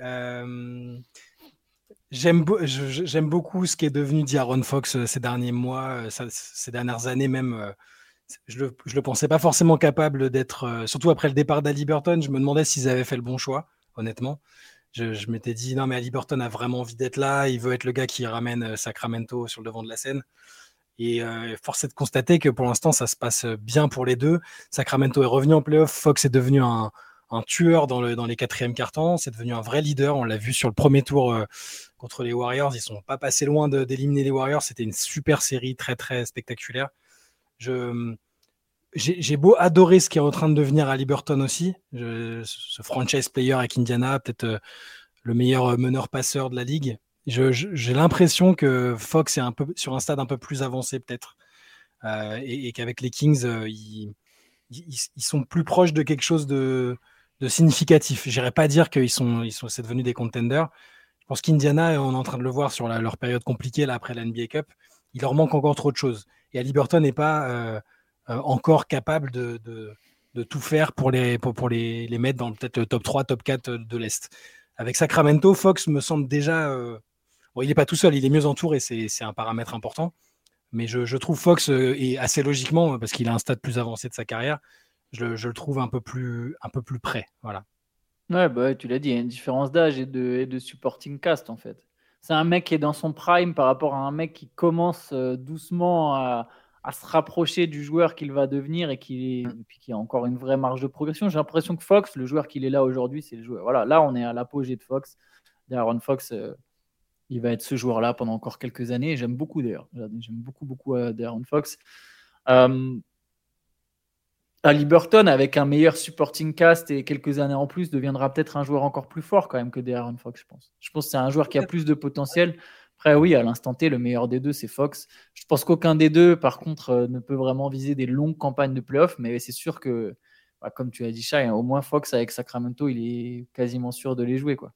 Speaker 3: J'aime beaucoup ce qui est devenu d'Aaron Fox ces derniers mois, ces dernières années même. Je le pensais pas forcément capable d'être, surtout après le départ d'Haliburton. Je me demandais s'ils avaient fait le bon choix, honnêtement. Je m'étais dit, non mais Haliburton a vraiment envie d'être là, il veut être le gars qui ramène Sacramento sur le devant de la scène. Et force est de constater que pour l'instant, ça se passe bien pour les deux. Sacramento est revenu en playoff, Fox est devenu un tueur dans les quatrièmes cartons, c'est devenu un vrai leader. On l'a vu sur le premier tour contre les Warriors. Ils sont pas passés loin d'éliminer les Warriors. C'était une super série, très très spectaculaire. J'ai beau adorer ce qui est en train de devenir Haliburton aussi, ce franchise player avec Indiana, peut-être le meilleur meneur-passeur de la ligue. J'ai l'impression que Fox est un peu sur un stade un peu plus avancé peut-être, et qu'avec les Kings, ils sont plus proches de quelque chose de significatif. J'irais pas dire qu'ils c'est devenu des contenders. Je pense qu'Indiana, on est en train de le voir sur leur période compliquée là, après la NBA Cup, il leur manque encore trop de choses. Et Haliburton n'est pas encore capable de tout faire pour les mettre dans peut-être le top 3, top 4 de l'Est. Avec Sacramento, Fox me semble déjà... bon, il n'est pas tout seul, il est mieux entouré, c'est un paramètre important. Mais je trouve Fox, et assez logiquement, parce qu'il a un stade plus avancé de sa carrière, je le trouve un peu plus près. Voilà.
Speaker 1: Ouais, tu l'as dit, il y a une différence d'âge et de supporting cast en fait. C'est un mec qui est dans son prime par rapport à un mec qui commence doucement à se rapprocher du joueur qu'il va devenir et puis qu'il y a encore une vraie marge de progression. J'ai l'impression que Fox, le joueur qu'il est là aujourd'hui, c'est le joueur. Voilà, là, on est à l'apogée de Fox. D'Aaron Fox, il va être ce joueur-là pendant encore quelques années. Et j'aime beaucoup d'ailleurs. J'aime beaucoup d'Aaron Fox. Haliburton, avec un meilleur supporting cast et quelques années en plus, deviendra peut-être un joueur encore plus fort quand même que De'Aaron Fox, je pense. Je pense que c'est un joueur qui a plus de potentiel. Après, oui, à l'instant T, le meilleur des deux, c'est Fox. Je pense qu'aucun des deux, par contre, ne peut vraiment viser des longues campagnes de playoffs, mais c'est sûr que, comme tu as dit, Shai, au moins Fox avec Sacramento, il est quasiment sûr de les jouer, quoi.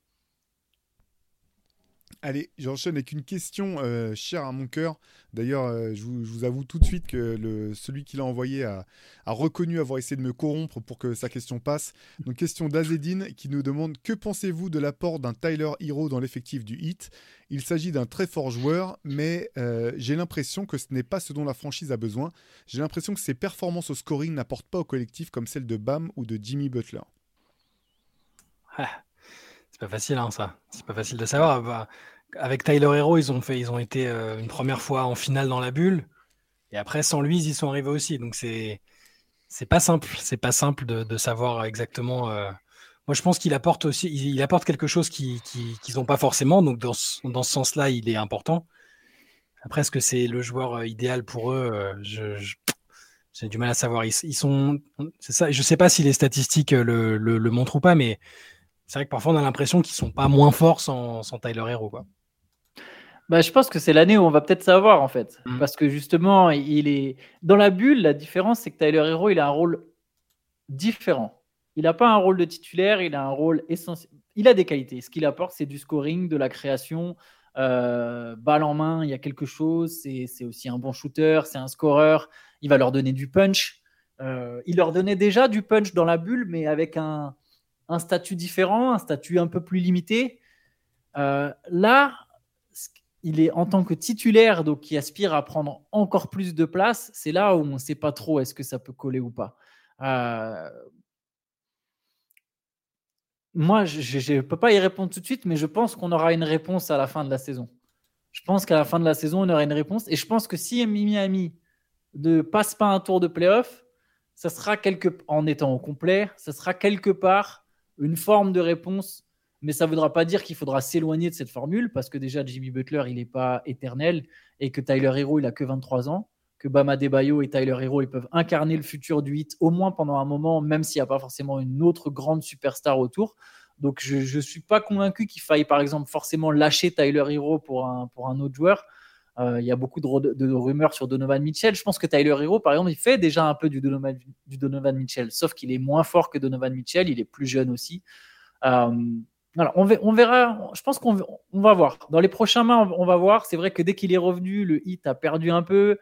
Speaker 2: Allez, j'enchaîne avec une question chère à mon cœur. D'ailleurs, je vous avoue tout de suite que celui qui l'a envoyé a reconnu avoir essayé de me corrompre pour que sa question passe. Donc, question d'Azedine qui nous demande: que pensez-vous de l'apport d'un Tyler Hero dans l'effectif du Heat? Il s'agit d'un très fort joueur, mais j'ai l'impression que ce n'est pas ce dont la franchise a besoin. J'ai l'impression que ses performances au scoring n'apportent pas au collectif comme celles de Bam ou de Jimmy Butler.
Speaker 3: C'est pas facile, hein, ça. C'est pas facile de savoir. Bah, avec Tyler Hero, ils ont été une première fois en finale dans la bulle. Et après, sans lui, ils y sont arrivés aussi. Donc, c'est pas simple. C'est pas simple de savoir exactement. Moi, je pense qu'il apporte aussi. Il apporte quelque chose qu'ils n'ont pas forcément. Donc, dans ce sens-là, il est important. Après, est-ce que c'est le joueur idéal pour eux? J'ai du mal à savoir. Ils sont. C'est ça. Je sais pas si les statistiques le montrent ou pas, mais c'est vrai que parfois on a l'impression qu'ils sont pas moins forts sans Tyler Hero, quoi.
Speaker 1: Je pense que c'est l'année où on va peut-être savoir, en fait. Parce que justement, il est dans la bulle. La différence, c'est que Tyler Hero, il a un rôle différent. Il n'a pas un rôle de titulaire, il a un rôle essentiel. Il a des qualités. Ce qu'il apporte, c'est du scoring, de la création, balle en main, il y a quelque chose. C'est aussi un bon shooter, c'est un scoreur. Il va leur donner du punch. Il leur donnait déjà du punch dans la bulle, mais avec un statut différent, un statut un peu plus limité. Là, il est en tant que titulaire, donc qui aspire à prendre encore plus de place. C'est là où on ne sait pas trop est-ce que ça peut coller ou pas. Moi, je ne peux pas y répondre tout de suite, mais je pense qu'on aura une réponse à la fin de la saison. Je pense qu'à la fin de la saison, on aura une réponse. Et je pense que si Miami ne passe pas un tour de play-off, ça sera en étant au complet, ça sera quelque part une forme de réponse. Mais ça ne voudra pas dire qu'il faudra s'éloigner de cette formule, parce que déjà, Jimmy Butler, il n'est pas éternel, et que Tyler Hero, il n'a que 23 ans, que Bam Adebayo et Tyler Hero, ils peuvent incarner le futur du Heat, au moins pendant un moment, même s'il n'y a pas forcément une autre grande superstar autour. Donc, je ne suis pas convaincu qu'il faille, par exemple, forcément lâcher Tyler Hero pour un autre joueur. Il y a beaucoup de rumeurs sur Donovan Mitchell. Je pense que Tyler Hero, par exemple, il fait déjà un peu du Donovan Mitchell, sauf qu'il est moins fort que Donovan Mitchell, il est plus jeune aussi. Voilà, on verra. Je pense qu'on va voir. Dans les prochains mois, on va voir. C'est vrai que dès qu'il est revenu, le Heat a perdu un peu.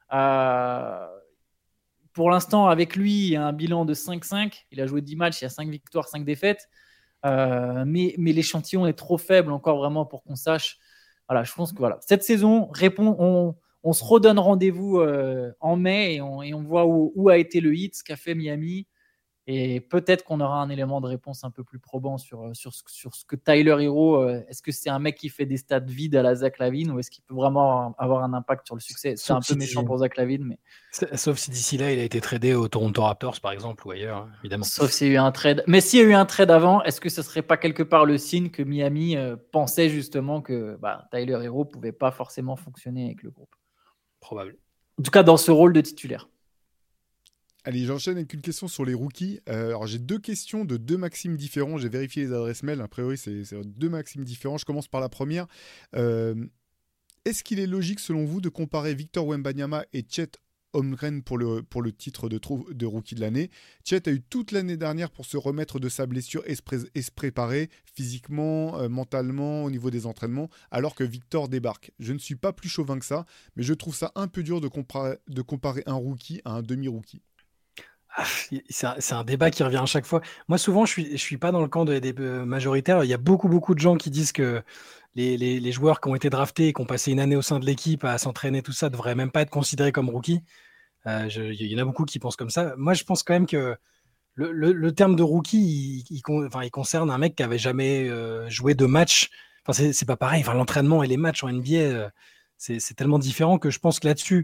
Speaker 1: Pour l'instant, avec lui, il y a un bilan de 5-5. Il a joué 10 matchs, il y a 5 victoires, 5 défaites. Mais l'échantillon est trop faible encore vraiment pour qu'on sache. Voilà, je pense que voilà. Cette saison, on se redonne rendez-vous en mai et on voit où a été le Heat, ce qu'a fait Miami. Et peut-être qu'on aura un élément de réponse un peu plus probant sur ce que Tyler Hero. Est-ce que c'est un mec qui fait des stats vides à la Zach LaVine ou est-ce qu'il peut vraiment avoir un impact sur le succès? C'est un peu méchant pour Zach LaVine. Mais...
Speaker 3: Sauf si d'ici là, il a été tradé au Toronto Raptors, par exemple, ou ailleurs, évidemment.
Speaker 1: Sauf s'il y a eu un trade. Mais s'il y a eu un trade avant, est-ce que ce ne serait pas quelque part le signe que Miami pensait justement que Tyler Hero ne pouvait pas forcément fonctionner avec le groupe?
Speaker 3: Probable.
Speaker 1: En tout cas, dans ce rôle de titulaire.
Speaker 2: Allez, j'enchaîne avec une question sur les rookies. Alors, j'ai deux questions de deux Maximes différents. J'ai vérifié les adresses mail. A priori, c'est deux Maximes différents. Je commence par la première. Est-ce qu'il est logique, selon vous, de comparer Victor Wembanyama et Chet Holmgren pour le titre de rookie de l'année? Chet a eu toute l'année dernière pour se remettre de sa blessure et se préparer physiquement, mentalement, au niveau des entraînements, alors que Victor débarque. Je ne suis pas plus chauvin que ça, mais je trouve ça un peu dur de comparer un rookie à un demi-rookie.
Speaker 3: C'est un débat qui revient à chaque fois. Moi, souvent, je suis pas dans le camp des majoritaires. Il y a beaucoup de gens qui disent que les joueurs qui ont été draftés et qui ont passé une année au sein de l'équipe à s'entraîner, tout ça, ne devraient même pas être considérés comme rookies. Il y en a beaucoup qui pensent comme ça. Moi, je pense quand même que le terme de rookie, il concerne un mec qui avait jamais joué de match. Enfin, c'est pas pareil. Enfin, l'entraînement et les matchs en NBA, c'est tellement différent que je pense que là-dessus,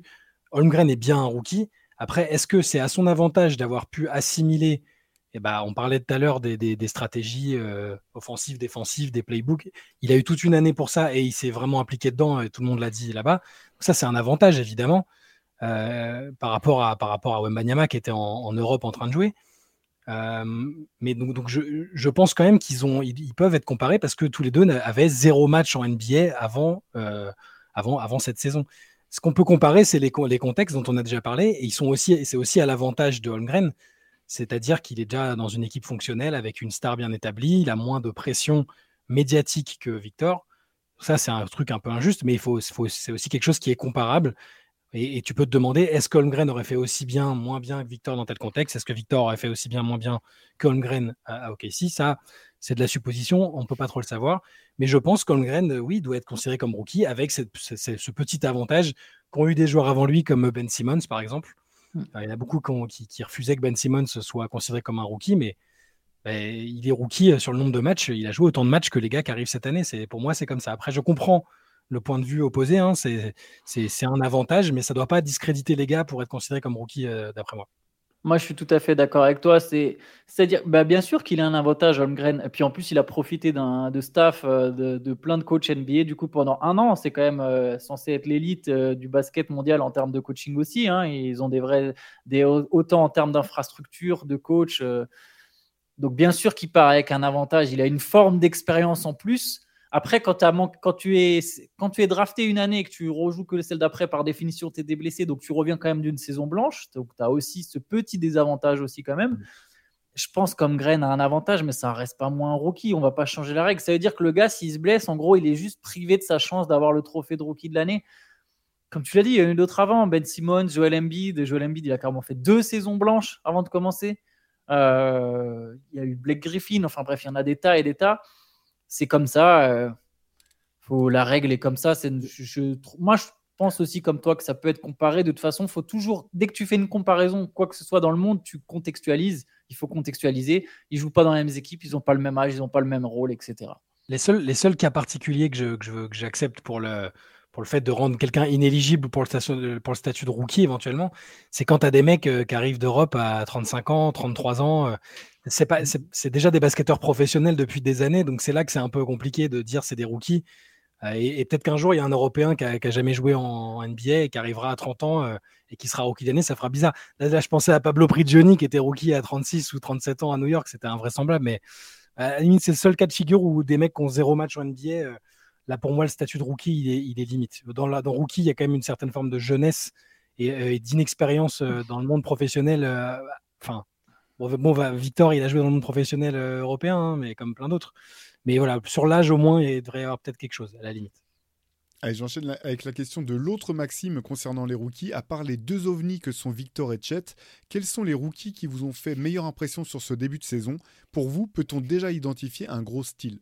Speaker 3: Holmgren est bien un rookie. Après, est-ce que c'est à son avantage d'avoir pu assimiler, on parlait tout à l'heure des stratégies offensives, défensives, des playbooks. Il a eu toute une année pour ça et il s'est vraiment impliqué dedans, et tout le monde l'a dit là-bas. Donc ça, c'est un avantage, évidemment, par rapport à Wembanyama qui était en Europe en train de jouer. Mais donc je pense quand même ils peuvent être comparés parce que tous les deux avaient 0 match en NBA avant cette saison. Ce qu'on peut comparer, c'est les contextes dont on a déjà parlé, et c'est aussi à l'avantage de Holmgren, c'est-à-dire qu'il est déjà dans une équipe fonctionnelle avec une star bien établie, il a moins de pression médiatique que Victor. Ça, c'est un truc un peu injuste, mais c'est aussi quelque chose qui est comparable. Et tu peux te demander, est-ce que Holmgren aurait fait aussi bien, moins bien que Victor dans tel contexte? Est-ce que Victor aurait fait aussi bien, moins bien que Holmgren à OKC? Ça, c'est de la supposition, on ne peut pas trop le savoir. Mais je pense qu'Holmgren, oui, doit être considéré comme rookie avec ce petit avantage qu'ont eu des joueurs avant lui, comme Ben Simmons, par exemple. Il y en a beaucoup qui refusaient que Ben Simmons soit considéré comme un rookie, mais il est rookie sur le nombre de matchs. Il a joué autant de matchs que les gars qui arrivent cette année. Pour moi, c'est comme ça. Après, je comprends le point de vue opposé, hein, c'est un avantage, mais ça ne doit pas discréditer les gars pour être considérés comme rookie, d'après moi.
Speaker 1: Moi, je suis tout à fait d'accord avec toi. C'est-à-dire, bien sûr qu'il a un avantage, Holmgren. Et puis en plus, il a profité de staff de plein de coachs NBA. Du coup, pendant 1 an, c'est quand même censé être l'élite du basket mondial en termes de coaching aussi. Hein. Ils ont autant en termes d'infrastructure, de coach. Donc, bien sûr qu'il part avec un avantage. Il a une forme d'expérience en plus. Après, quand tu es drafté une année et que tu rejoues que celle d'après, par définition, tu es déblessé, donc tu reviens quand même d'une saison blanche. Donc, tu as aussi ce petit désavantage aussi quand même. Je pense qu'Holmgren a un avantage, mais ça ne reste pas moins un rookie. On ne va pas changer la règle. Ça veut dire que le gars, s'il se blesse, en gros, il est juste privé de sa chance d'avoir le trophée de rookie de l'année. Comme tu l'as dit, il y en a eu d'autres avant. Ben Simmons, Joel Embiid. Joel Embiid, il a carrément fait 2 saisons blanches avant de commencer. Il y a eu Blake Griffin. Enfin bref, il y en a des tas et des tas. C'est comme ça. La règle est comme ça. Moi, je pense aussi comme toi que ça peut être comparé. De toute façon, faut toujours, dès que tu fais une comparaison, quoi que ce soit dans le monde, tu contextualises. Il faut contextualiser. Ils ne jouent pas dans les mêmes équipes, ils n'ont pas le même âge, ils n'ont pas le même rôle, etc.
Speaker 3: Les seuls cas particuliers que j'accepte pour le fait de rendre quelqu'un inéligible pour le statut de rookie éventuellement, c'est quand tu as des mecs qui arrivent d'Europe à 35 ans, 33 ans. C'est déjà des basketteurs professionnels depuis des années, donc c'est là que c'est un peu compliqué de dire c'est des rookies. Et peut-être qu'un jour, il y a un Européen qui a jamais joué en NBA et qui arrivera à 30 ans et qui sera rookie d'année, ça fera bizarre. Là, je pensais à Pablo Prigioni qui était rookie à 36 ou 37 ans à New York, c'était invraisemblable, mais à la limite, c'est le seul cas de figure où des mecs qui ont 0 match en NBA, là, pour moi, le statut de rookie, il est limite. Dans rookie, il y a quand même une certaine forme de jeunesse et d'inexpérience dans le monde professionnel. Victor, il a joué dans le monde professionnel européen, hein, mais comme plein d'autres. Mais voilà, sur l'âge, au moins, il devrait y avoir peut-être quelque chose, à la limite.
Speaker 2: Allez, j'enchaîne avec la question de l'autre Maxime concernant les rookies. À part les 2 ovnis que sont Victor et Chet, quels sont les rookies qui vous ont fait meilleure impression sur ce début de saison? Pour vous, peut-on déjà identifier un gros style?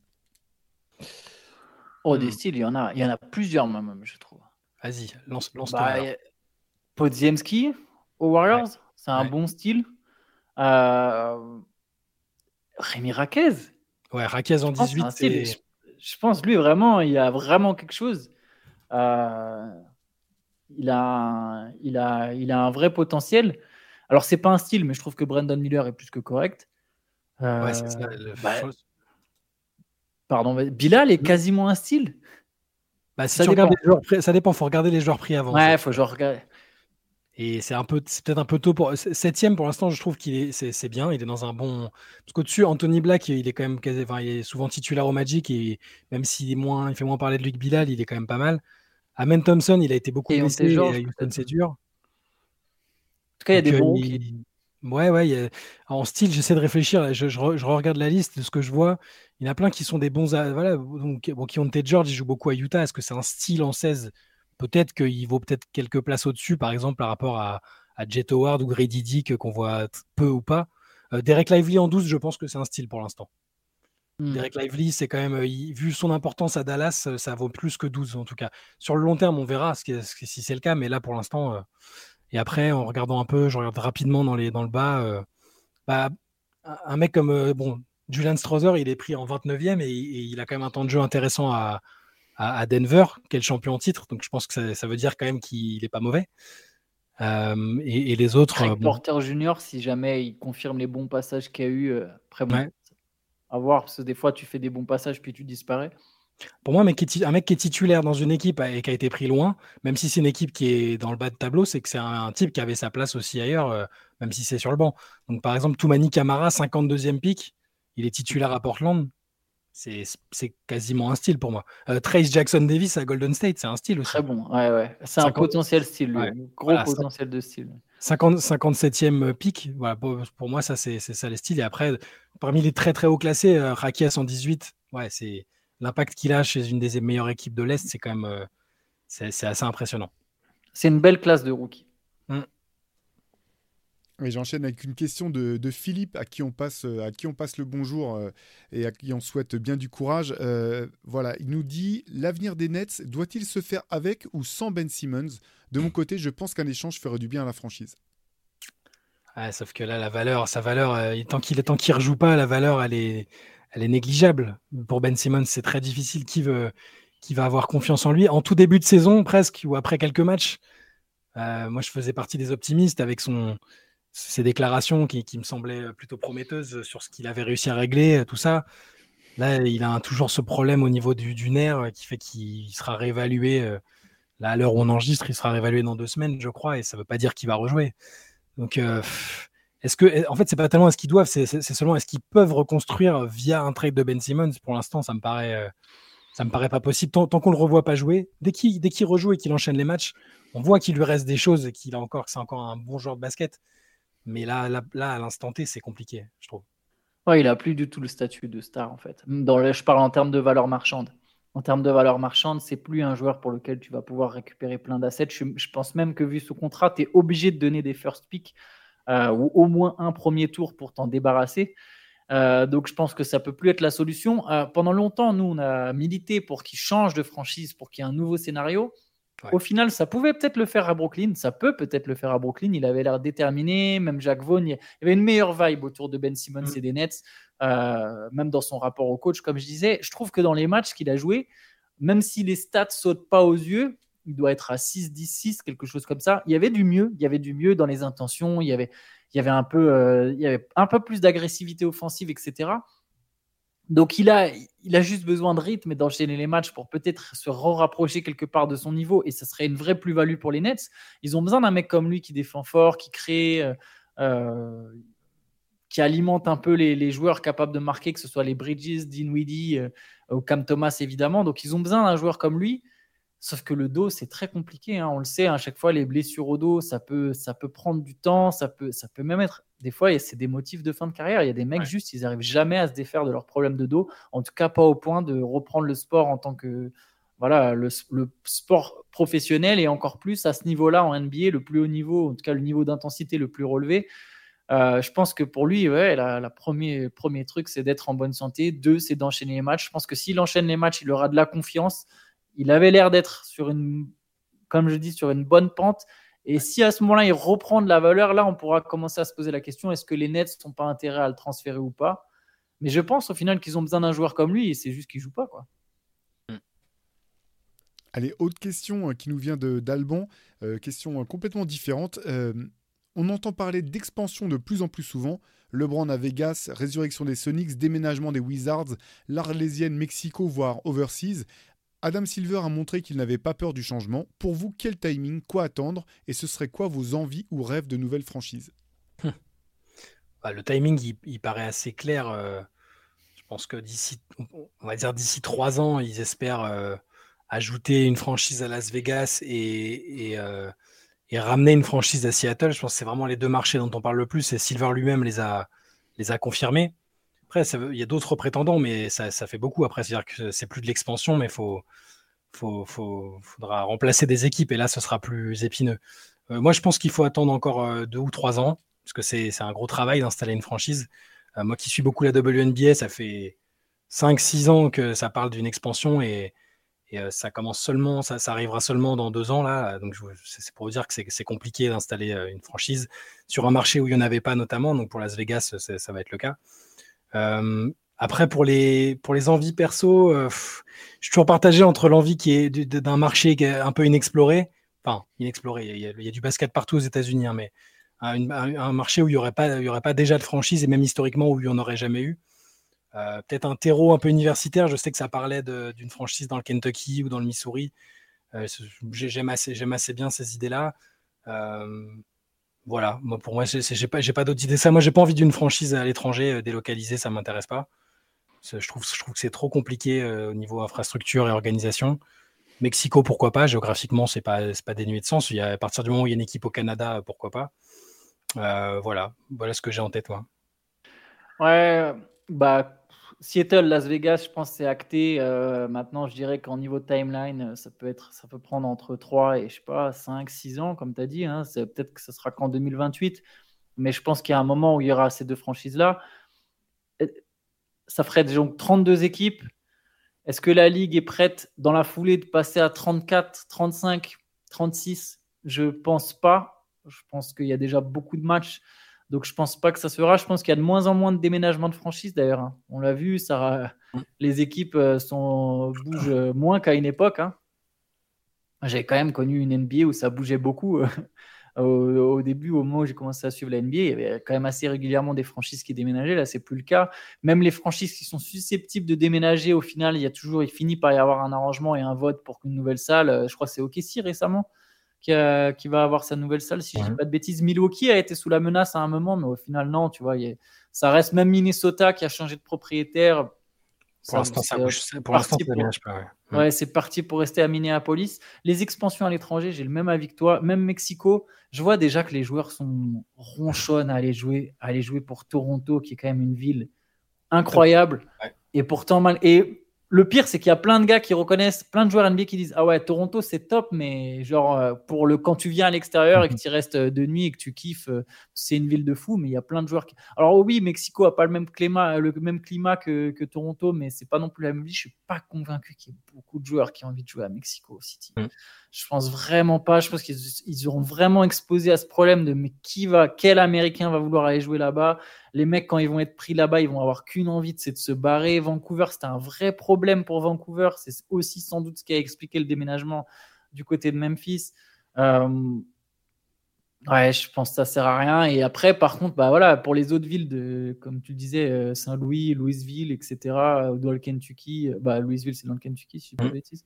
Speaker 1: Des styles, il y en a plusieurs même, je trouve.
Speaker 3: Vas-y, lance-toi.
Speaker 1: Podziemski aux Warriors, c'est un bon style. Rémi Raquez.
Speaker 3: Ouais, Raquez en 18, c'est...
Speaker 1: Je pense, lui, vraiment, il a vraiment quelque chose. Il a un vrai potentiel. Alors, c'est pas un style, mais je trouve que Brandon Miller est plus que correct.
Speaker 3: Ouais, c'est ça.
Speaker 1: Pardon, Bilal est quasiment un style.
Speaker 3: Si tu regardes les joueurs, ça dépend. Il faut regarder les joueurs pris avant.
Speaker 1: Ouais, il faut regarder.
Speaker 3: Et c'est peut-être un peu tôt pour 7e pour l'instant. Je trouve c'est bien. Il est dans un bon. Parce qu'au-dessus, Anthony Black, il est quand même il est souvent titulaire au Magic et même s'il il fait moins parler de lui que Bilal, il est quand même pas mal. Amen Thompson, il a été beaucoup blessé. Et Houston, c'est dur.
Speaker 1: En tout cas, il y a des bons rookies.
Speaker 3: Ouais. En style, j'essaie de réfléchir. Là, je regarde la liste de ce que je vois. Il y en a plein qui sont des bons. Keontae George, il joue beaucoup à Utah. Est-ce que c'est un style en 16? Peut-être qu'il vaut peut-être quelques places au-dessus, par exemple, par rapport à Jet Howard ou Grady Dick, qu'on voit peu ou pas. Derek Lively en 12, je pense que c'est un style pour l'instant. Derek Lively, c'est quand même, vu son importance à Dallas, ça vaut plus que 12 en tout cas. Sur le long terme, on verra si c'est le cas, mais là pour l'instant. Et après, en regardant un peu, je regarde rapidement dans le bas. Un mec comme Julian Strother, il est pris en 29e et il a quand même un temps de jeu intéressant à Denver, qui est le champion en titre. Donc je pense que ça veut dire quand même qu'il n'est pas mauvais. Et les autres,
Speaker 1: Craig Porter Jr., si jamais il confirme les bons passages qu'il y a eu, après bon,
Speaker 3: ouais.
Speaker 1: à voir, parce que des fois tu fais des bons passages puis tu disparais.
Speaker 3: Pour moi, un mec qui est titulaire dans une équipe et qui a été pris loin, même si c'est une équipe qui est dans le bas de tableau, c'est que c'est un type qui avait sa place aussi ailleurs, même si c'est sur le banc. Donc, par exemple, Toumani Camara, 52e pick, il est titulaire à Portland. C'est quasiment un style pour moi. Trace Jackson Davis à Golden State, c'est un style aussi.
Speaker 1: Très bon, ouais. C'est un
Speaker 3: 50
Speaker 1: potentiel style, lui.
Speaker 3: ouais.
Speaker 1: Gros
Speaker 3: Voilà,
Speaker 1: potentiel de style.
Speaker 3: 57e pick, voilà, pour moi, ça c'est ça les styles. Et après, parmi les très très haut classés, Raki à 118, ouais, c'est l'impact qu'il a chez une des meilleures équipes de l'Est, c'est quand même c'est assez impressionnant.
Speaker 1: C'est une belle classe de rookie.
Speaker 2: Et j'enchaîne avec une question de Philippe, à qui on passe le bonjour et à qui on souhaite bien du courage. Voilà, il nous dit: l'avenir des Nets doit-il se faire avec ou sans Ben Simmons? De mon côté, je pense qu'un échange ferait du bien à la franchise.
Speaker 3: Ouais, sauf que là, sa valeur, tant qu'il rejoue pas, la valeur, elle est négligeable. Pour Ben Simmons, c'est très difficile. Qui va avoir confiance en lui en tout début de saison, presque, ou après quelques matchs? Moi, je faisais partie des optimistes avec ses déclarations qui me semblaient plutôt prometteuses sur ce qu'il avait réussi à régler, tout ça. Là, il a toujours ce problème au niveau du nerf qui fait qu'il sera réévalué. Là, à l'heure où on enregistre, il sera réévalué dans 2 semaines, je crois, et ça ne veut pas dire qu'il va rejouer. Donc, en fait, c'est pas tellement est-ce qu'ils doivent, c'est seulement est-ce qu'ils peuvent reconstruire via un trade de Ben Simmons. Pour l'instant, ça me paraît pas possible. Tant qu'on le revoit pas jouer, dès qu'il rejoue et qu'il enchaîne les matchs, on voit qu'il lui reste des choses et que c'est encore un bon joueur de basket. Mais là, à l'instant T, c'est compliqué, je trouve.
Speaker 1: Ouais, il a plus du tout le statut de star, en fait. Je parle en termes de valeur marchande. En termes de valeur marchande, c'est plus un joueur pour lequel tu vas pouvoir récupérer plein d'assets. Je pense même que vu ce contrat, tu es obligé de donner des first picks ou au moins un premier tour pour t'en débarrasser. Donc je pense que ça peut plus être la solution. Pendant longtemps, nous, on a milité pour qu'il change de franchise, pour qu'il y ait un nouveau scénario.
Speaker 3: Ouais.
Speaker 1: Au final, ça pouvait peut-être le faire à Brooklyn. Ça peut peut-être le faire à Brooklyn. Il avait l'air déterminé. Même Jacques Vaughn, il y avait une meilleure vibe autour de Ben Simmons et des Nets, même dans son rapport au coach, comme je disais. Je trouve que dans les matchs qu'il a joués, même si les stats sautent pas aux yeux, il doit être à 6-10-6, quelque chose comme ça. Il y avait du mieux. Il y avait du mieux dans les intentions. Il y avait un peu plus d'agressivité offensive, etc. Donc il a juste besoin de rythme et d'enchaîner les matchs pour peut-être se rapprocher quelque part de son niveau, et ça serait une vraie plus-value pour les Nets. Ils ont besoin d'un mec comme lui qui défend fort, qui crée, qui alimente un peu les joueurs capables de marquer, que ce soit les Bridges, Dinwiddie ou Cam Thomas évidemment. Donc ils ont besoin d'un joueur comme lui. Sauf que le dos, c'est très compliqué. On le sait, à chaque fois, les blessures au dos, ça peut prendre du temps. Ça peut même être. Des fois, c'est des motifs de fin de carrière. Il y a des mecs, juste, ils n'arrivent jamais à se défaire de leurs problèmes de dos. En tout cas, pas au point de reprendre le sport en tant que. Voilà, le sport professionnel, et encore plus à ce niveau-là en NBA, le plus haut niveau, en tout cas le niveau d'intensité le plus relevé. Je pense que pour lui, la premier truc, c'est d'être en bonne santé. 2, c'est d'enchaîner les matchs. Je pense que s'il enchaîne les matchs, il aura de la confiance. Il avait l'air d'être comme je dis, sur une bonne pente. Et si à ce moment-là, il reprend de la valeur, là, on pourra commencer à se poser la question, est-ce que les Nets n'ont pas intérêt à le transférer ou pas? Mais je pense au final qu'ils ont besoin d'un joueur comme lui, et c'est juste qu'il ne joue pas, quoi.
Speaker 2: Allez, autre question qui nous vient d'Alban, question complètement différente. On entend parler d'expansion de plus en plus souvent. LeBron à Vegas, résurrection des Sonics, déménagement des Wizards, l'Arlésienne, Mexico, voire Overseas. Adam Silver a montré qu'il n'avait pas peur du changement. Pour vous, quel timing, quoi attendre, et ce serait quoi vos envies ou rêves de nouvelles franchises?
Speaker 3: Le timing, il paraît assez clair. Je pense que d'ici 3 ans, ils espèrent ajouter une franchise à Las Vegas et ramener une franchise à Seattle. Je pense que c'est vraiment les 2 marchés dont on parle le plus, et Silver lui-même les a confirmés. Après, il y a d'autres prétendants, mais ça fait beaucoup. Après, c'est-à-dire que c'est plus de l'expansion, mais il faudra remplacer des équipes, et là, ce sera plus épineux. Moi, je pense qu'il faut attendre encore 2 ou 3 ans, parce que c'est un gros travail d'installer une franchise. Moi qui suis beaucoup la WNBA, ça fait 5-6 ans que ça parle d'une expansion, et ça commence seulement, ça arrivera seulement dans 2 ans là. Donc c'est pour vous dire que c'est compliqué d'installer une franchise sur un marché où il n'y en avait pas, notamment. Donc pour Las Vegas, ça va être le cas. Après, pour les envies perso, je suis toujours partagé entre l'envie qui est d'un marché qui est un peu inexploré, enfin, inexploré. Il y a du basket partout aux États-Unis, hein, mais un marché où il y aurait pas déjà de franchise et même historiquement où il n'y en aurait jamais eu. Peut-être un terreau un peu universitaire. Je sais que ça parlait d'une franchise dans le Kentucky ou dans le Missouri. J'aime assez bien ces idées-là. Voilà, moi, pour moi, j'ai pas d'autres idées. Ça, moi, j'ai pas envie d'une franchise à l'étranger délocalisée, ça m'intéresse pas. Je trouve que c'est trop compliqué au niveau infrastructure et organisation. Mexico, pourquoi pas? Géographiquement, c'est pas dénué de sens. À partir du moment où il y a une équipe au Canada, pourquoi pas? Voilà ce que j'ai en tête, moi.
Speaker 1: Ouais, bah, Seattle, Las Vegas, je pense que c'est acté. Maintenant, je dirais qu'en niveau timeline, ça peut prendre entre 3 et, je sais pas, 5, 6 ans, comme tu as dit. Hein. Peut-être que ce sera qu'en 2028. Mais je pense qu'il y a un moment où il y aura ces deux franchises-là. Ça ferait donc 32 équipes. Est-ce que la Ligue est prête dans la foulée de passer à 34, 35, 36? Je ne pense pas. Je pense qu'il y a déjà beaucoup de matchs. Donc, je ne pense pas que ça se fera. Je pense qu'il y a de moins en moins de déménagements de franchise, d'ailleurs. Hein. On l'a vu, les équipes bougent moins qu'à une époque. Hein. J'ai quand même connu une NBA où ça bougeait beaucoup. Au début, au moment où j'ai commencé à suivre la NBA, il y avait quand même assez régulièrement des franchises qui déménageaient. Là, c'est plus le cas. Même les franchises qui sont susceptibles de déménager, au final, il finit par y avoir un arrangement et un vote pour une nouvelle salle. Je crois que c'est OKC récemment qui va avoir sa nouvelle salle. Si je ne dis pas de bêtises, Milwaukee a été sous la menace à un moment, mais au final, non. Tu vois, ça reste même Minnesota qui a changé de propriétaire.
Speaker 3: Pour l'instant, ça bouge. Pour l'instant, ça déménage pas.
Speaker 1: Ouais, c'est parti pour rester à Minneapolis. Les expansions à l'étranger, j'ai le même avis que toi. Même Mexico, je vois déjà que les joueurs ronchonnent à aller jouer pour Toronto, qui est quand même une ville incroyable.
Speaker 3: Ouais.
Speaker 1: Et pourtant mal. Et le pire, c'est qu'il y a plein de gars qui reconnaissent, plein de joueurs NBA qui disent: ah ouais, Toronto c'est top, mais genre quand tu viens à l'extérieur et que tu restes de nuit et que tu kiffes, c'est une ville de fou. Mais il y a plein de joueurs qui. Alors oui, Mexico a pas le même climat que Toronto, mais c'est pas non plus la même ville. Je suis pas convaincu qu'il y ait beaucoup de joueurs qui ont envie de jouer à Mexico City. Je pense vraiment pas. Je pense qu'ils auront vraiment exposé à ce problème de mais quel Américain va vouloir aller jouer là-bas. Les mecs, quand ils vont être pris là-bas, ils vont avoir qu'une envie, c'est de se barrer. Vancouver, c'était un vrai problème pour Vancouver. C'est aussi sans doute ce qui a expliqué le déménagement du côté de Memphis. Ouais, je pense que ça sert à rien. Et après, par contre, bah voilà, pour les autres villes comme tu disais, Saint-Louis, Louisville, etc., dans le Kentucky, Louisville, c'est dans le Kentucky, si je ne dis pas de bêtises.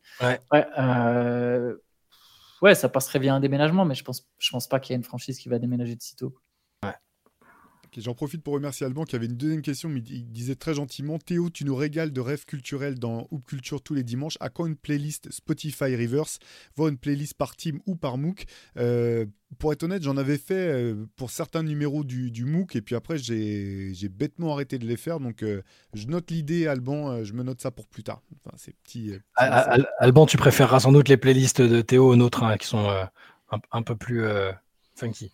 Speaker 1: Ouais, ça passerait bien un déménagement, mais je pense pas qu'il y ait une franchise qui va déménager de sitôt.
Speaker 2: Okay, j'en profite pour remercier Alban qui avait une deuxième question, mais il disait très gentiment: Théo, tu nous régales de rêves culturels dans Hoop Culture tous les dimanches. À quand une playlist Spotify Reverse, voire une playlist par team ou par MOOC? Pour être honnête, j'en avais fait pour certains numéros du MOOC, et puis après j'ai bêtement arrêté de les faire, donc je note l'idée, Alban, je me note ça pour plus tard. Enfin, c'est petit
Speaker 3: Alban, tu préféreras sans doute les playlists de Théo aux nôtres, hein, qui sont un peu plus funky.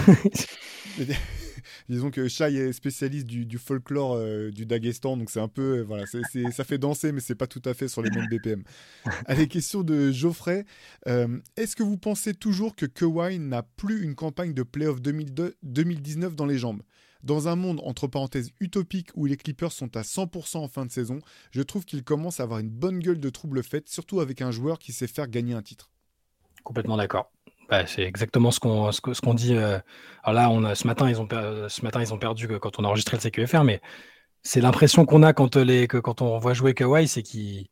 Speaker 2: Disons que Shai est spécialiste du folklore du Daghestan, donc c'est un peu voilà, ça fait danser, mais c'est pas tout à fait sur les mêmes BPM. Allez, question de Geoffrey. Est-ce que vous pensez toujours que Kawhi n'a plus une campagne de playoff 2019 dans les jambes? Dans un monde, entre parenthèses, utopique où les Clippers sont à 100% en fin de saison, je trouve qu'il commence à avoir une bonne gueule de trouble faite, surtout avec un joueur qui sait faire gagner un titre.
Speaker 3: Complètement d'accord. C'est exactement ce qu'on dit. Alors là, ce matin, ils ont perdu quand on a enregistré le CQFR, mais c'est l'impression qu'on a quand on voit jouer Kawhi, c'est qu'il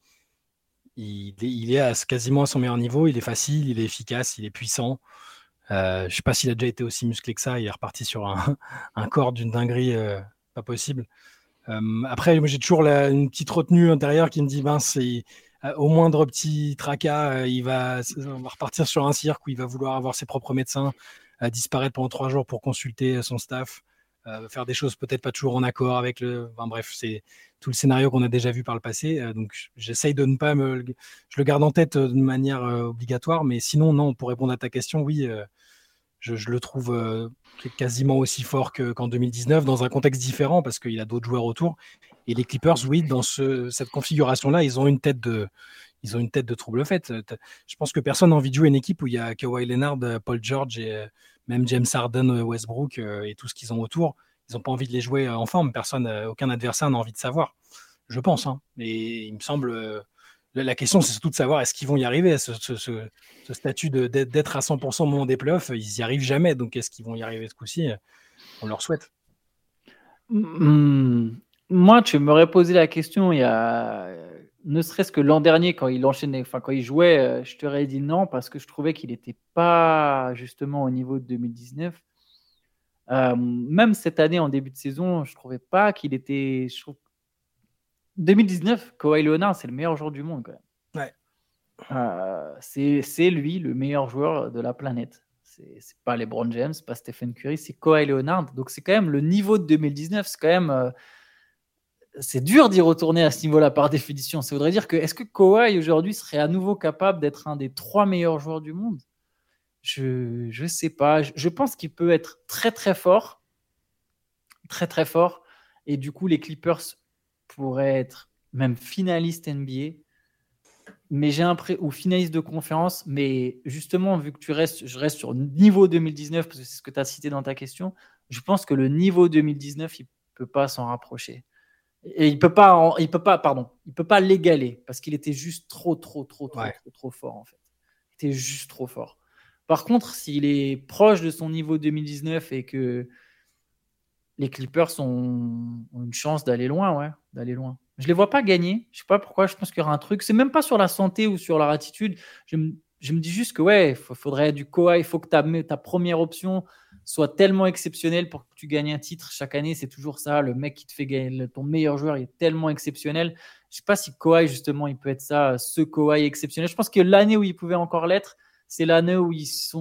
Speaker 3: est quasiment à son meilleur niveau. Il est facile, il est efficace, il est puissant. Je ne sais pas s'il a déjà été aussi musclé que ça. Il est reparti sur un corps d'une dinguerie pas possible. Après, moi, j'ai toujours une petite retenue intérieure qui me dit au moindre petit tracas, on va repartir sur un cirque où il va vouloir avoir ses propres médecins, disparaître pendant 3 jours pour consulter son staff, faire des choses peut-être pas toujours en accord avec bref, c'est tout le scénario qu'on a déjà vu par le passé. Donc, j'essaye de ne pas je le garde en tête de manière obligatoire, mais sinon, non, pour répondre à ta question, oui, je le trouve quasiment aussi fort qu'en 2019, dans un contexte différent, parce qu'il a d'autres joueurs autour. Et les Clippers, oui, dans cette configuration-là, ils ont une tête de trouble faite. Je pense que personne n'a envie de jouer une équipe où il y a Kawhi Leonard, Paul George et même James Harden, Westbrook et tout ce qu'ils ont autour. Ils n'ont pas envie de les jouer en forme. Aucun adversaire n'a envie de savoir. Je pense. Hein. Et il me semble La question, c'est surtout de savoir est-ce qu'ils vont y arriver à ce statut d'être à 100% au moment des playoffs. Ils n'y arrivent jamais, donc est-ce qu'ils vont y arriver ce coup-ci? On leur souhaite.
Speaker 1: Moi, tu m'aurais posé la question il y a ne serait-ce que l'an dernier quand il enchaînait, enfin quand il jouait, je t'aurais dit non parce que je trouvais qu'il n'était pas justement au niveau de 2019. Même cette année en début de saison, je trouvais pas qu'il était. 2019, Kawhi Leonard, c'est le meilleur joueur du monde quand même.
Speaker 3: Ouais.
Speaker 1: C'est lui le meilleur joueur de la planète. C'est pas LeBron James, pas Stephen Curry, c'est Kawhi Leonard. Donc c'est quand même le niveau de 2019, c'est quand même c'est dur d'y retourner à ce niveau-là par définition. Ça voudrait dire que est-ce que Kawhi aujourd'hui serait à nouveau capable d'être un des 3 meilleurs joueurs du monde? Je sais pas. Je pense qu'il peut être très très fort, très très fort. Et du coup, les Clippers pourraient être même finalistes NBA. Mais j'ai ou finaliste de conférence, mais justement, vu que je reste sur niveau 2019, parce que c'est ce que tu as cité dans ta question, je pense que le niveau 2019, il ne peut pas s'en rapprocher. Et il peut pas l'égaler, parce qu'il était juste trop fort, en fait. Il était juste trop fort. Par contre, s'il est proche de son niveau 2019 et que les Clippers ont une chance d'aller loin, ouais, d'aller loin. Je les vois pas gagner. Je sais pas pourquoi. Je pense qu'il y aura un truc. C'est même pas sur la santé ou sur leur attitude. Je me dis juste que ouais, faudrait du Kawhi. Il faut que ta première option soit tellement exceptionnelle pour que tu gagnes un titre chaque année. C'est toujours ça. Le mec qui te fait gagner, ton meilleur joueur, il est tellement exceptionnel. Je sais pas si Kawhi justement, il peut être ça, ce Kawhi exceptionnel. Je pense que l'année où il pouvait encore l'être, c'est l'année où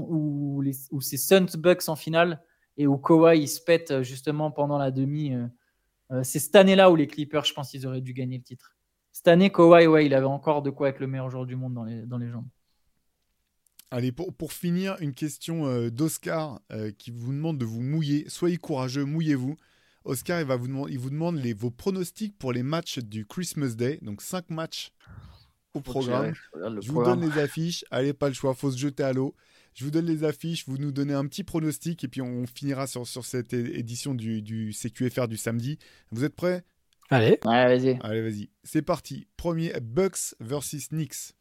Speaker 1: où c'est Suns Bucks en finale et où Kawhi il se pète justement pendant la demi. C'est cette année-là où les Clippers, je pense qu'ils auraient dû gagner le titre. Cette année, Kawhi, ouais, il avait encore de quoi être le meilleur joueur du monde dans les jambes.
Speaker 2: Allez, pour finir, une question d'Oscar qui vous demande de vous mouiller. Soyez courageux, mouillez-vous. Oscar, il vous demande vos pronostics pour les matchs du Christmas Day. Donc 5 matchs au programme. Je vous donne les affiches. Allez, pas le choix, faut se jeter à l'eau. Je vous donne les affiches, vous nous donnez un petit pronostic et puis on finira sur cette édition du CQFR du samedi. Vous êtes prêts?
Speaker 3: Allez.
Speaker 1: Ouais, vas-y.
Speaker 2: Allez, vas-y. C'est parti. Premier, Bucks versus Knicks.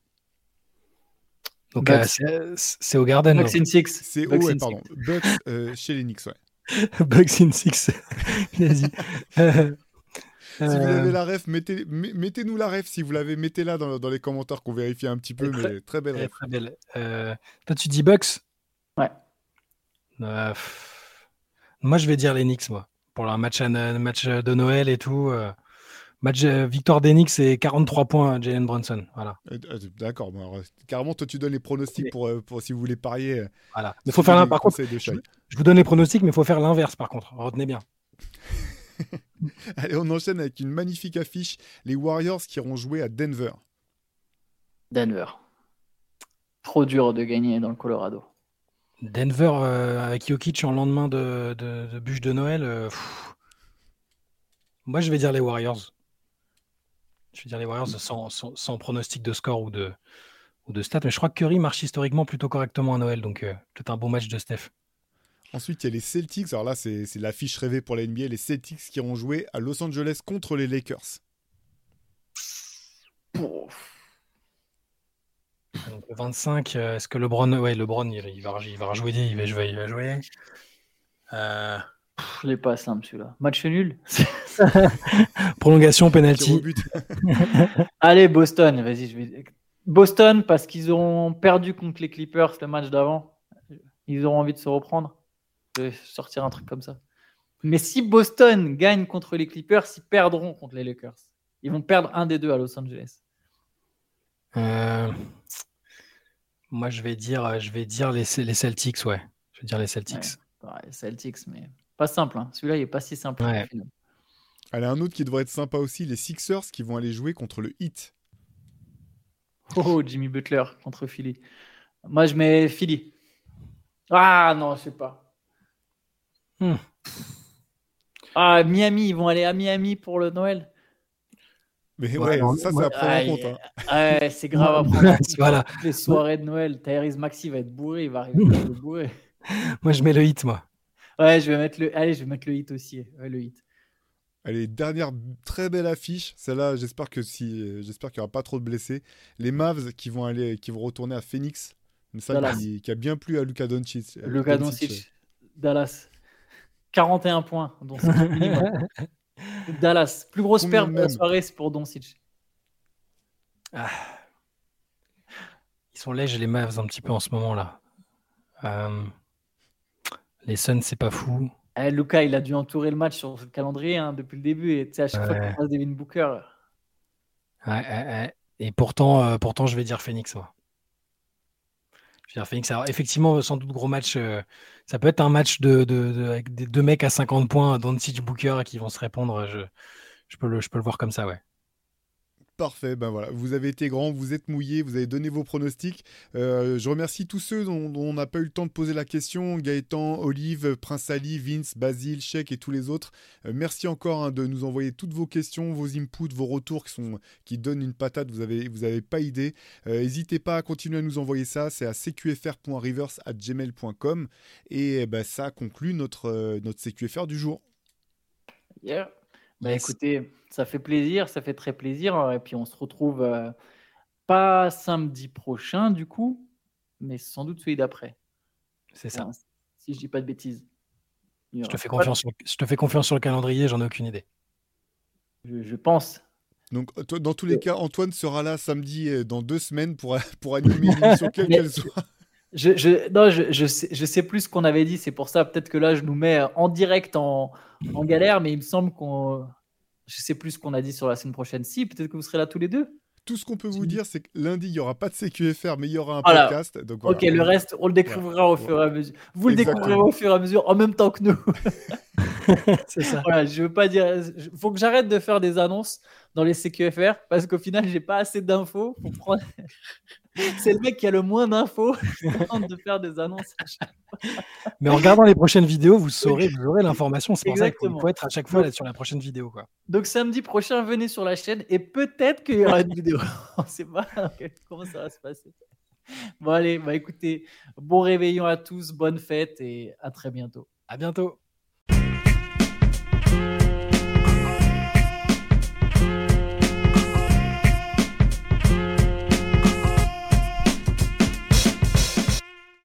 Speaker 3: Donc c'est au Garden.
Speaker 1: Bucks in Six.
Speaker 2: C'est pardon. Bucks chez les Knicks, ouais.
Speaker 3: Bucks in Six. Vas-y.
Speaker 2: Si vous avez la ref, mettez-nous la ref. Si vous l'avez, mettez-la dans les commentaires qu'on vérifie un petit peu. Mais très belle ref.
Speaker 3: Très belle. Toi, tu dis Bucks?
Speaker 1: Ouais.
Speaker 3: Moi, je vais dire les Knicks, moi. Pour un match de Noël et tout. Victoire des Knicks et 43 points à Jalen Brunson. Voilà.
Speaker 2: D'accord. Bon, alors, carrément, toi, tu donnes les pronostics pour si vous voulez parier.
Speaker 3: Voilà. Mais faut faire par contre. Je vous donne les pronostics, mais il faut faire l'inverse, par contre. Retenez bien.
Speaker 2: Allez, on enchaîne avec une magnifique affiche. Les Warriors qui iront jouer à Denver.
Speaker 1: Denver. Trop dur de gagner dans le Colorado.
Speaker 3: Denver avec Jokic en lendemain de bûche de Noël. Moi, je vais dire les Warriors. Je vais dire les Warriors sans pronostic de score ou de stats. Mais je crois que Curry marche historiquement plutôt correctement à Noël. Donc, peut-être un bon match de Steph.
Speaker 2: Ensuite, il y a les Celtics. Alors là, c'est l'affiche rêvée pour la NBA. Les Celtics qui iront jouer à Los Angeles contre les Lakers.
Speaker 1: Oh.
Speaker 3: Donc, le 25, est-ce que LeBron... Ouais, LeBron, il va rejouer. Il va jouer.
Speaker 1: Je l'ai pas simple celui-là. Match nul.
Speaker 3: Prolongation, penalty.
Speaker 1: Allez, Boston. Vas-y, Boston parce qu'ils ont perdu contre les Clippers le match d'avant. Ils auront envie de se reprendre. Je vais sortir un truc comme ça. Mais si Boston gagne contre les Clippers, ils perdront contre les Lakers. Ils vont perdre un des deux à Los Angeles.
Speaker 3: Moi, je vais dire les Celtics, ouais. Je vais dire les Celtics.
Speaker 1: Ouais, les Celtics, mais pas simple. Hein. Celui-là, il n'est pas si simple.
Speaker 3: Ouais.
Speaker 2: Allez, un autre qui devrait être sympa aussi, les Sixers qui vont aller jouer contre le Heat.
Speaker 1: Oh, Jimmy Butler contre Philly. Moi, je mets Philly. Ah non, je sais pas. Ah, Miami, ils vont aller à Miami pour le Noël.
Speaker 2: Mais ouais, ça à prendre en compte. Hein.
Speaker 1: Ouais, c'est grave à prendre en compte.
Speaker 3: Voilà.
Speaker 1: Les soirées de Noël, Tyrese Maxey va être bourré, il va arriver bourré.
Speaker 3: Moi, je mets le Heat, moi.
Speaker 1: Ouais, je vais mettre le Heat aussi. Ouais, le Heat.
Speaker 2: Allez, dernière très belle affiche. Celle-là, j'espère qu'il n'y aura pas trop de blessés. Les Mavs qui vont retourner à Phoenix. Ça
Speaker 1: Dallas.
Speaker 2: qui a bien plu à Luka Doncic.
Speaker 1: Luka Doncic, Dallas. 41 points, Doncic minimum. Dallas, plus grosse
Speaker 2: Combien
Speaker 1: perte de la
Speaker 2: même
Speaker 1: soirée, c'est pour Doncic.
Speaker 3: Ils sont légers les Mavs un petit peu en ce moment-là. Les Suns, c'est pas fou.
Speaker 1: Luka, il a dû entourer le match sur le calendrier depuis le début. Et à chaque fois qu'il passe Devin Booker.
Speaker 3: Et pourtant, je vais dire Phoenix. Moi. Je vais dire Phoenix. Alors, effectivement, sans doute gros match. Ça peut être un match avec des deux mecs à 50 points, Doncic, Booker, qui vont se répondre. Je peux le voir comme ça, ouais.
Speaker 2: Parfait, ben voilà, vous avez été grand, vous êtes mouillé, vous avez donné vos pronostics. Je remercie tous ceux dont on n'a pas eu le temps de poser la question, Gaëtan, Olive, Prince Ali, Vince, Basile, Sheik et tous les autres. Merci encore de nous envoyer toutes vos questions, vos inputs, vos retours qui donnent une patate, vous avez pas idée. N'hésitez pas à continuer à nous envoyer ça, c'est à cqfr.rivers@gmail.com et ça conclut notre CQFR du jour.
Speaker 1: Yeah. Écoutez, ça fait plaisir, ça fait très plaisir. Et puis on se retrouve pas samedi prochain du coup, mais sans doute celui d'après.
Speaker 3: C'est ça.
Speaker 1: Si je dis pas de bêtises.
Speaker 3: Je te fais confiance sur le calendrier, j'en ai aucune idée.
Speaker 1: Je pense.
Speaker 2: Donc, dans tous les cas, Antoine sera là samedi dans 2 semaines pour animer une émission quelle qu'elle soit.
Speaker 1: Je sais plus ce qu'on avait dit, c'est pour ça peut-être que là je nous mets en direct en galère, mais il me semble je sais plus ce qu'on a dit sur la semaine prochaine. Si, peut-être que vous serez là tous les deux.
Speaker 2: Tout ce qu'on peut vous dire, c'est que lundi, il n'y aura pas de CQFR, mais il y aura un podcast. Donc voilà.
Speaker 1: Ok, le reste, on le découvrira au fur et à mesure. Vous le découvrirez au fur et à mesure, en même temps que nous.
Speaker 3: C'est ça.
Speaker 1: Voilà, je veux pas dire. Faut que j'arrête de faire des annonces dans les CQFR parce qu'au final, j'ai pas assez d'infos pour prendre. C'est le mec qui a le moins d'infos de faire des annonces.
Speaker 3: Mais en regardant les prochaines vidéos, vous aurez l'information. C'est pour ça qu'il faut être à chaque fois sur la prochaine vidéo, quoi.
Speaker 1: Donc samedi prochain, venez sur la chaîne et peut-être qu'il y aura une vidéo. On ne sait pas comment ça va se passer. Bon allez, écoutez, bon réveillon à tous, bonne fête et à très bientôt.
Speaker 3: À bientôt.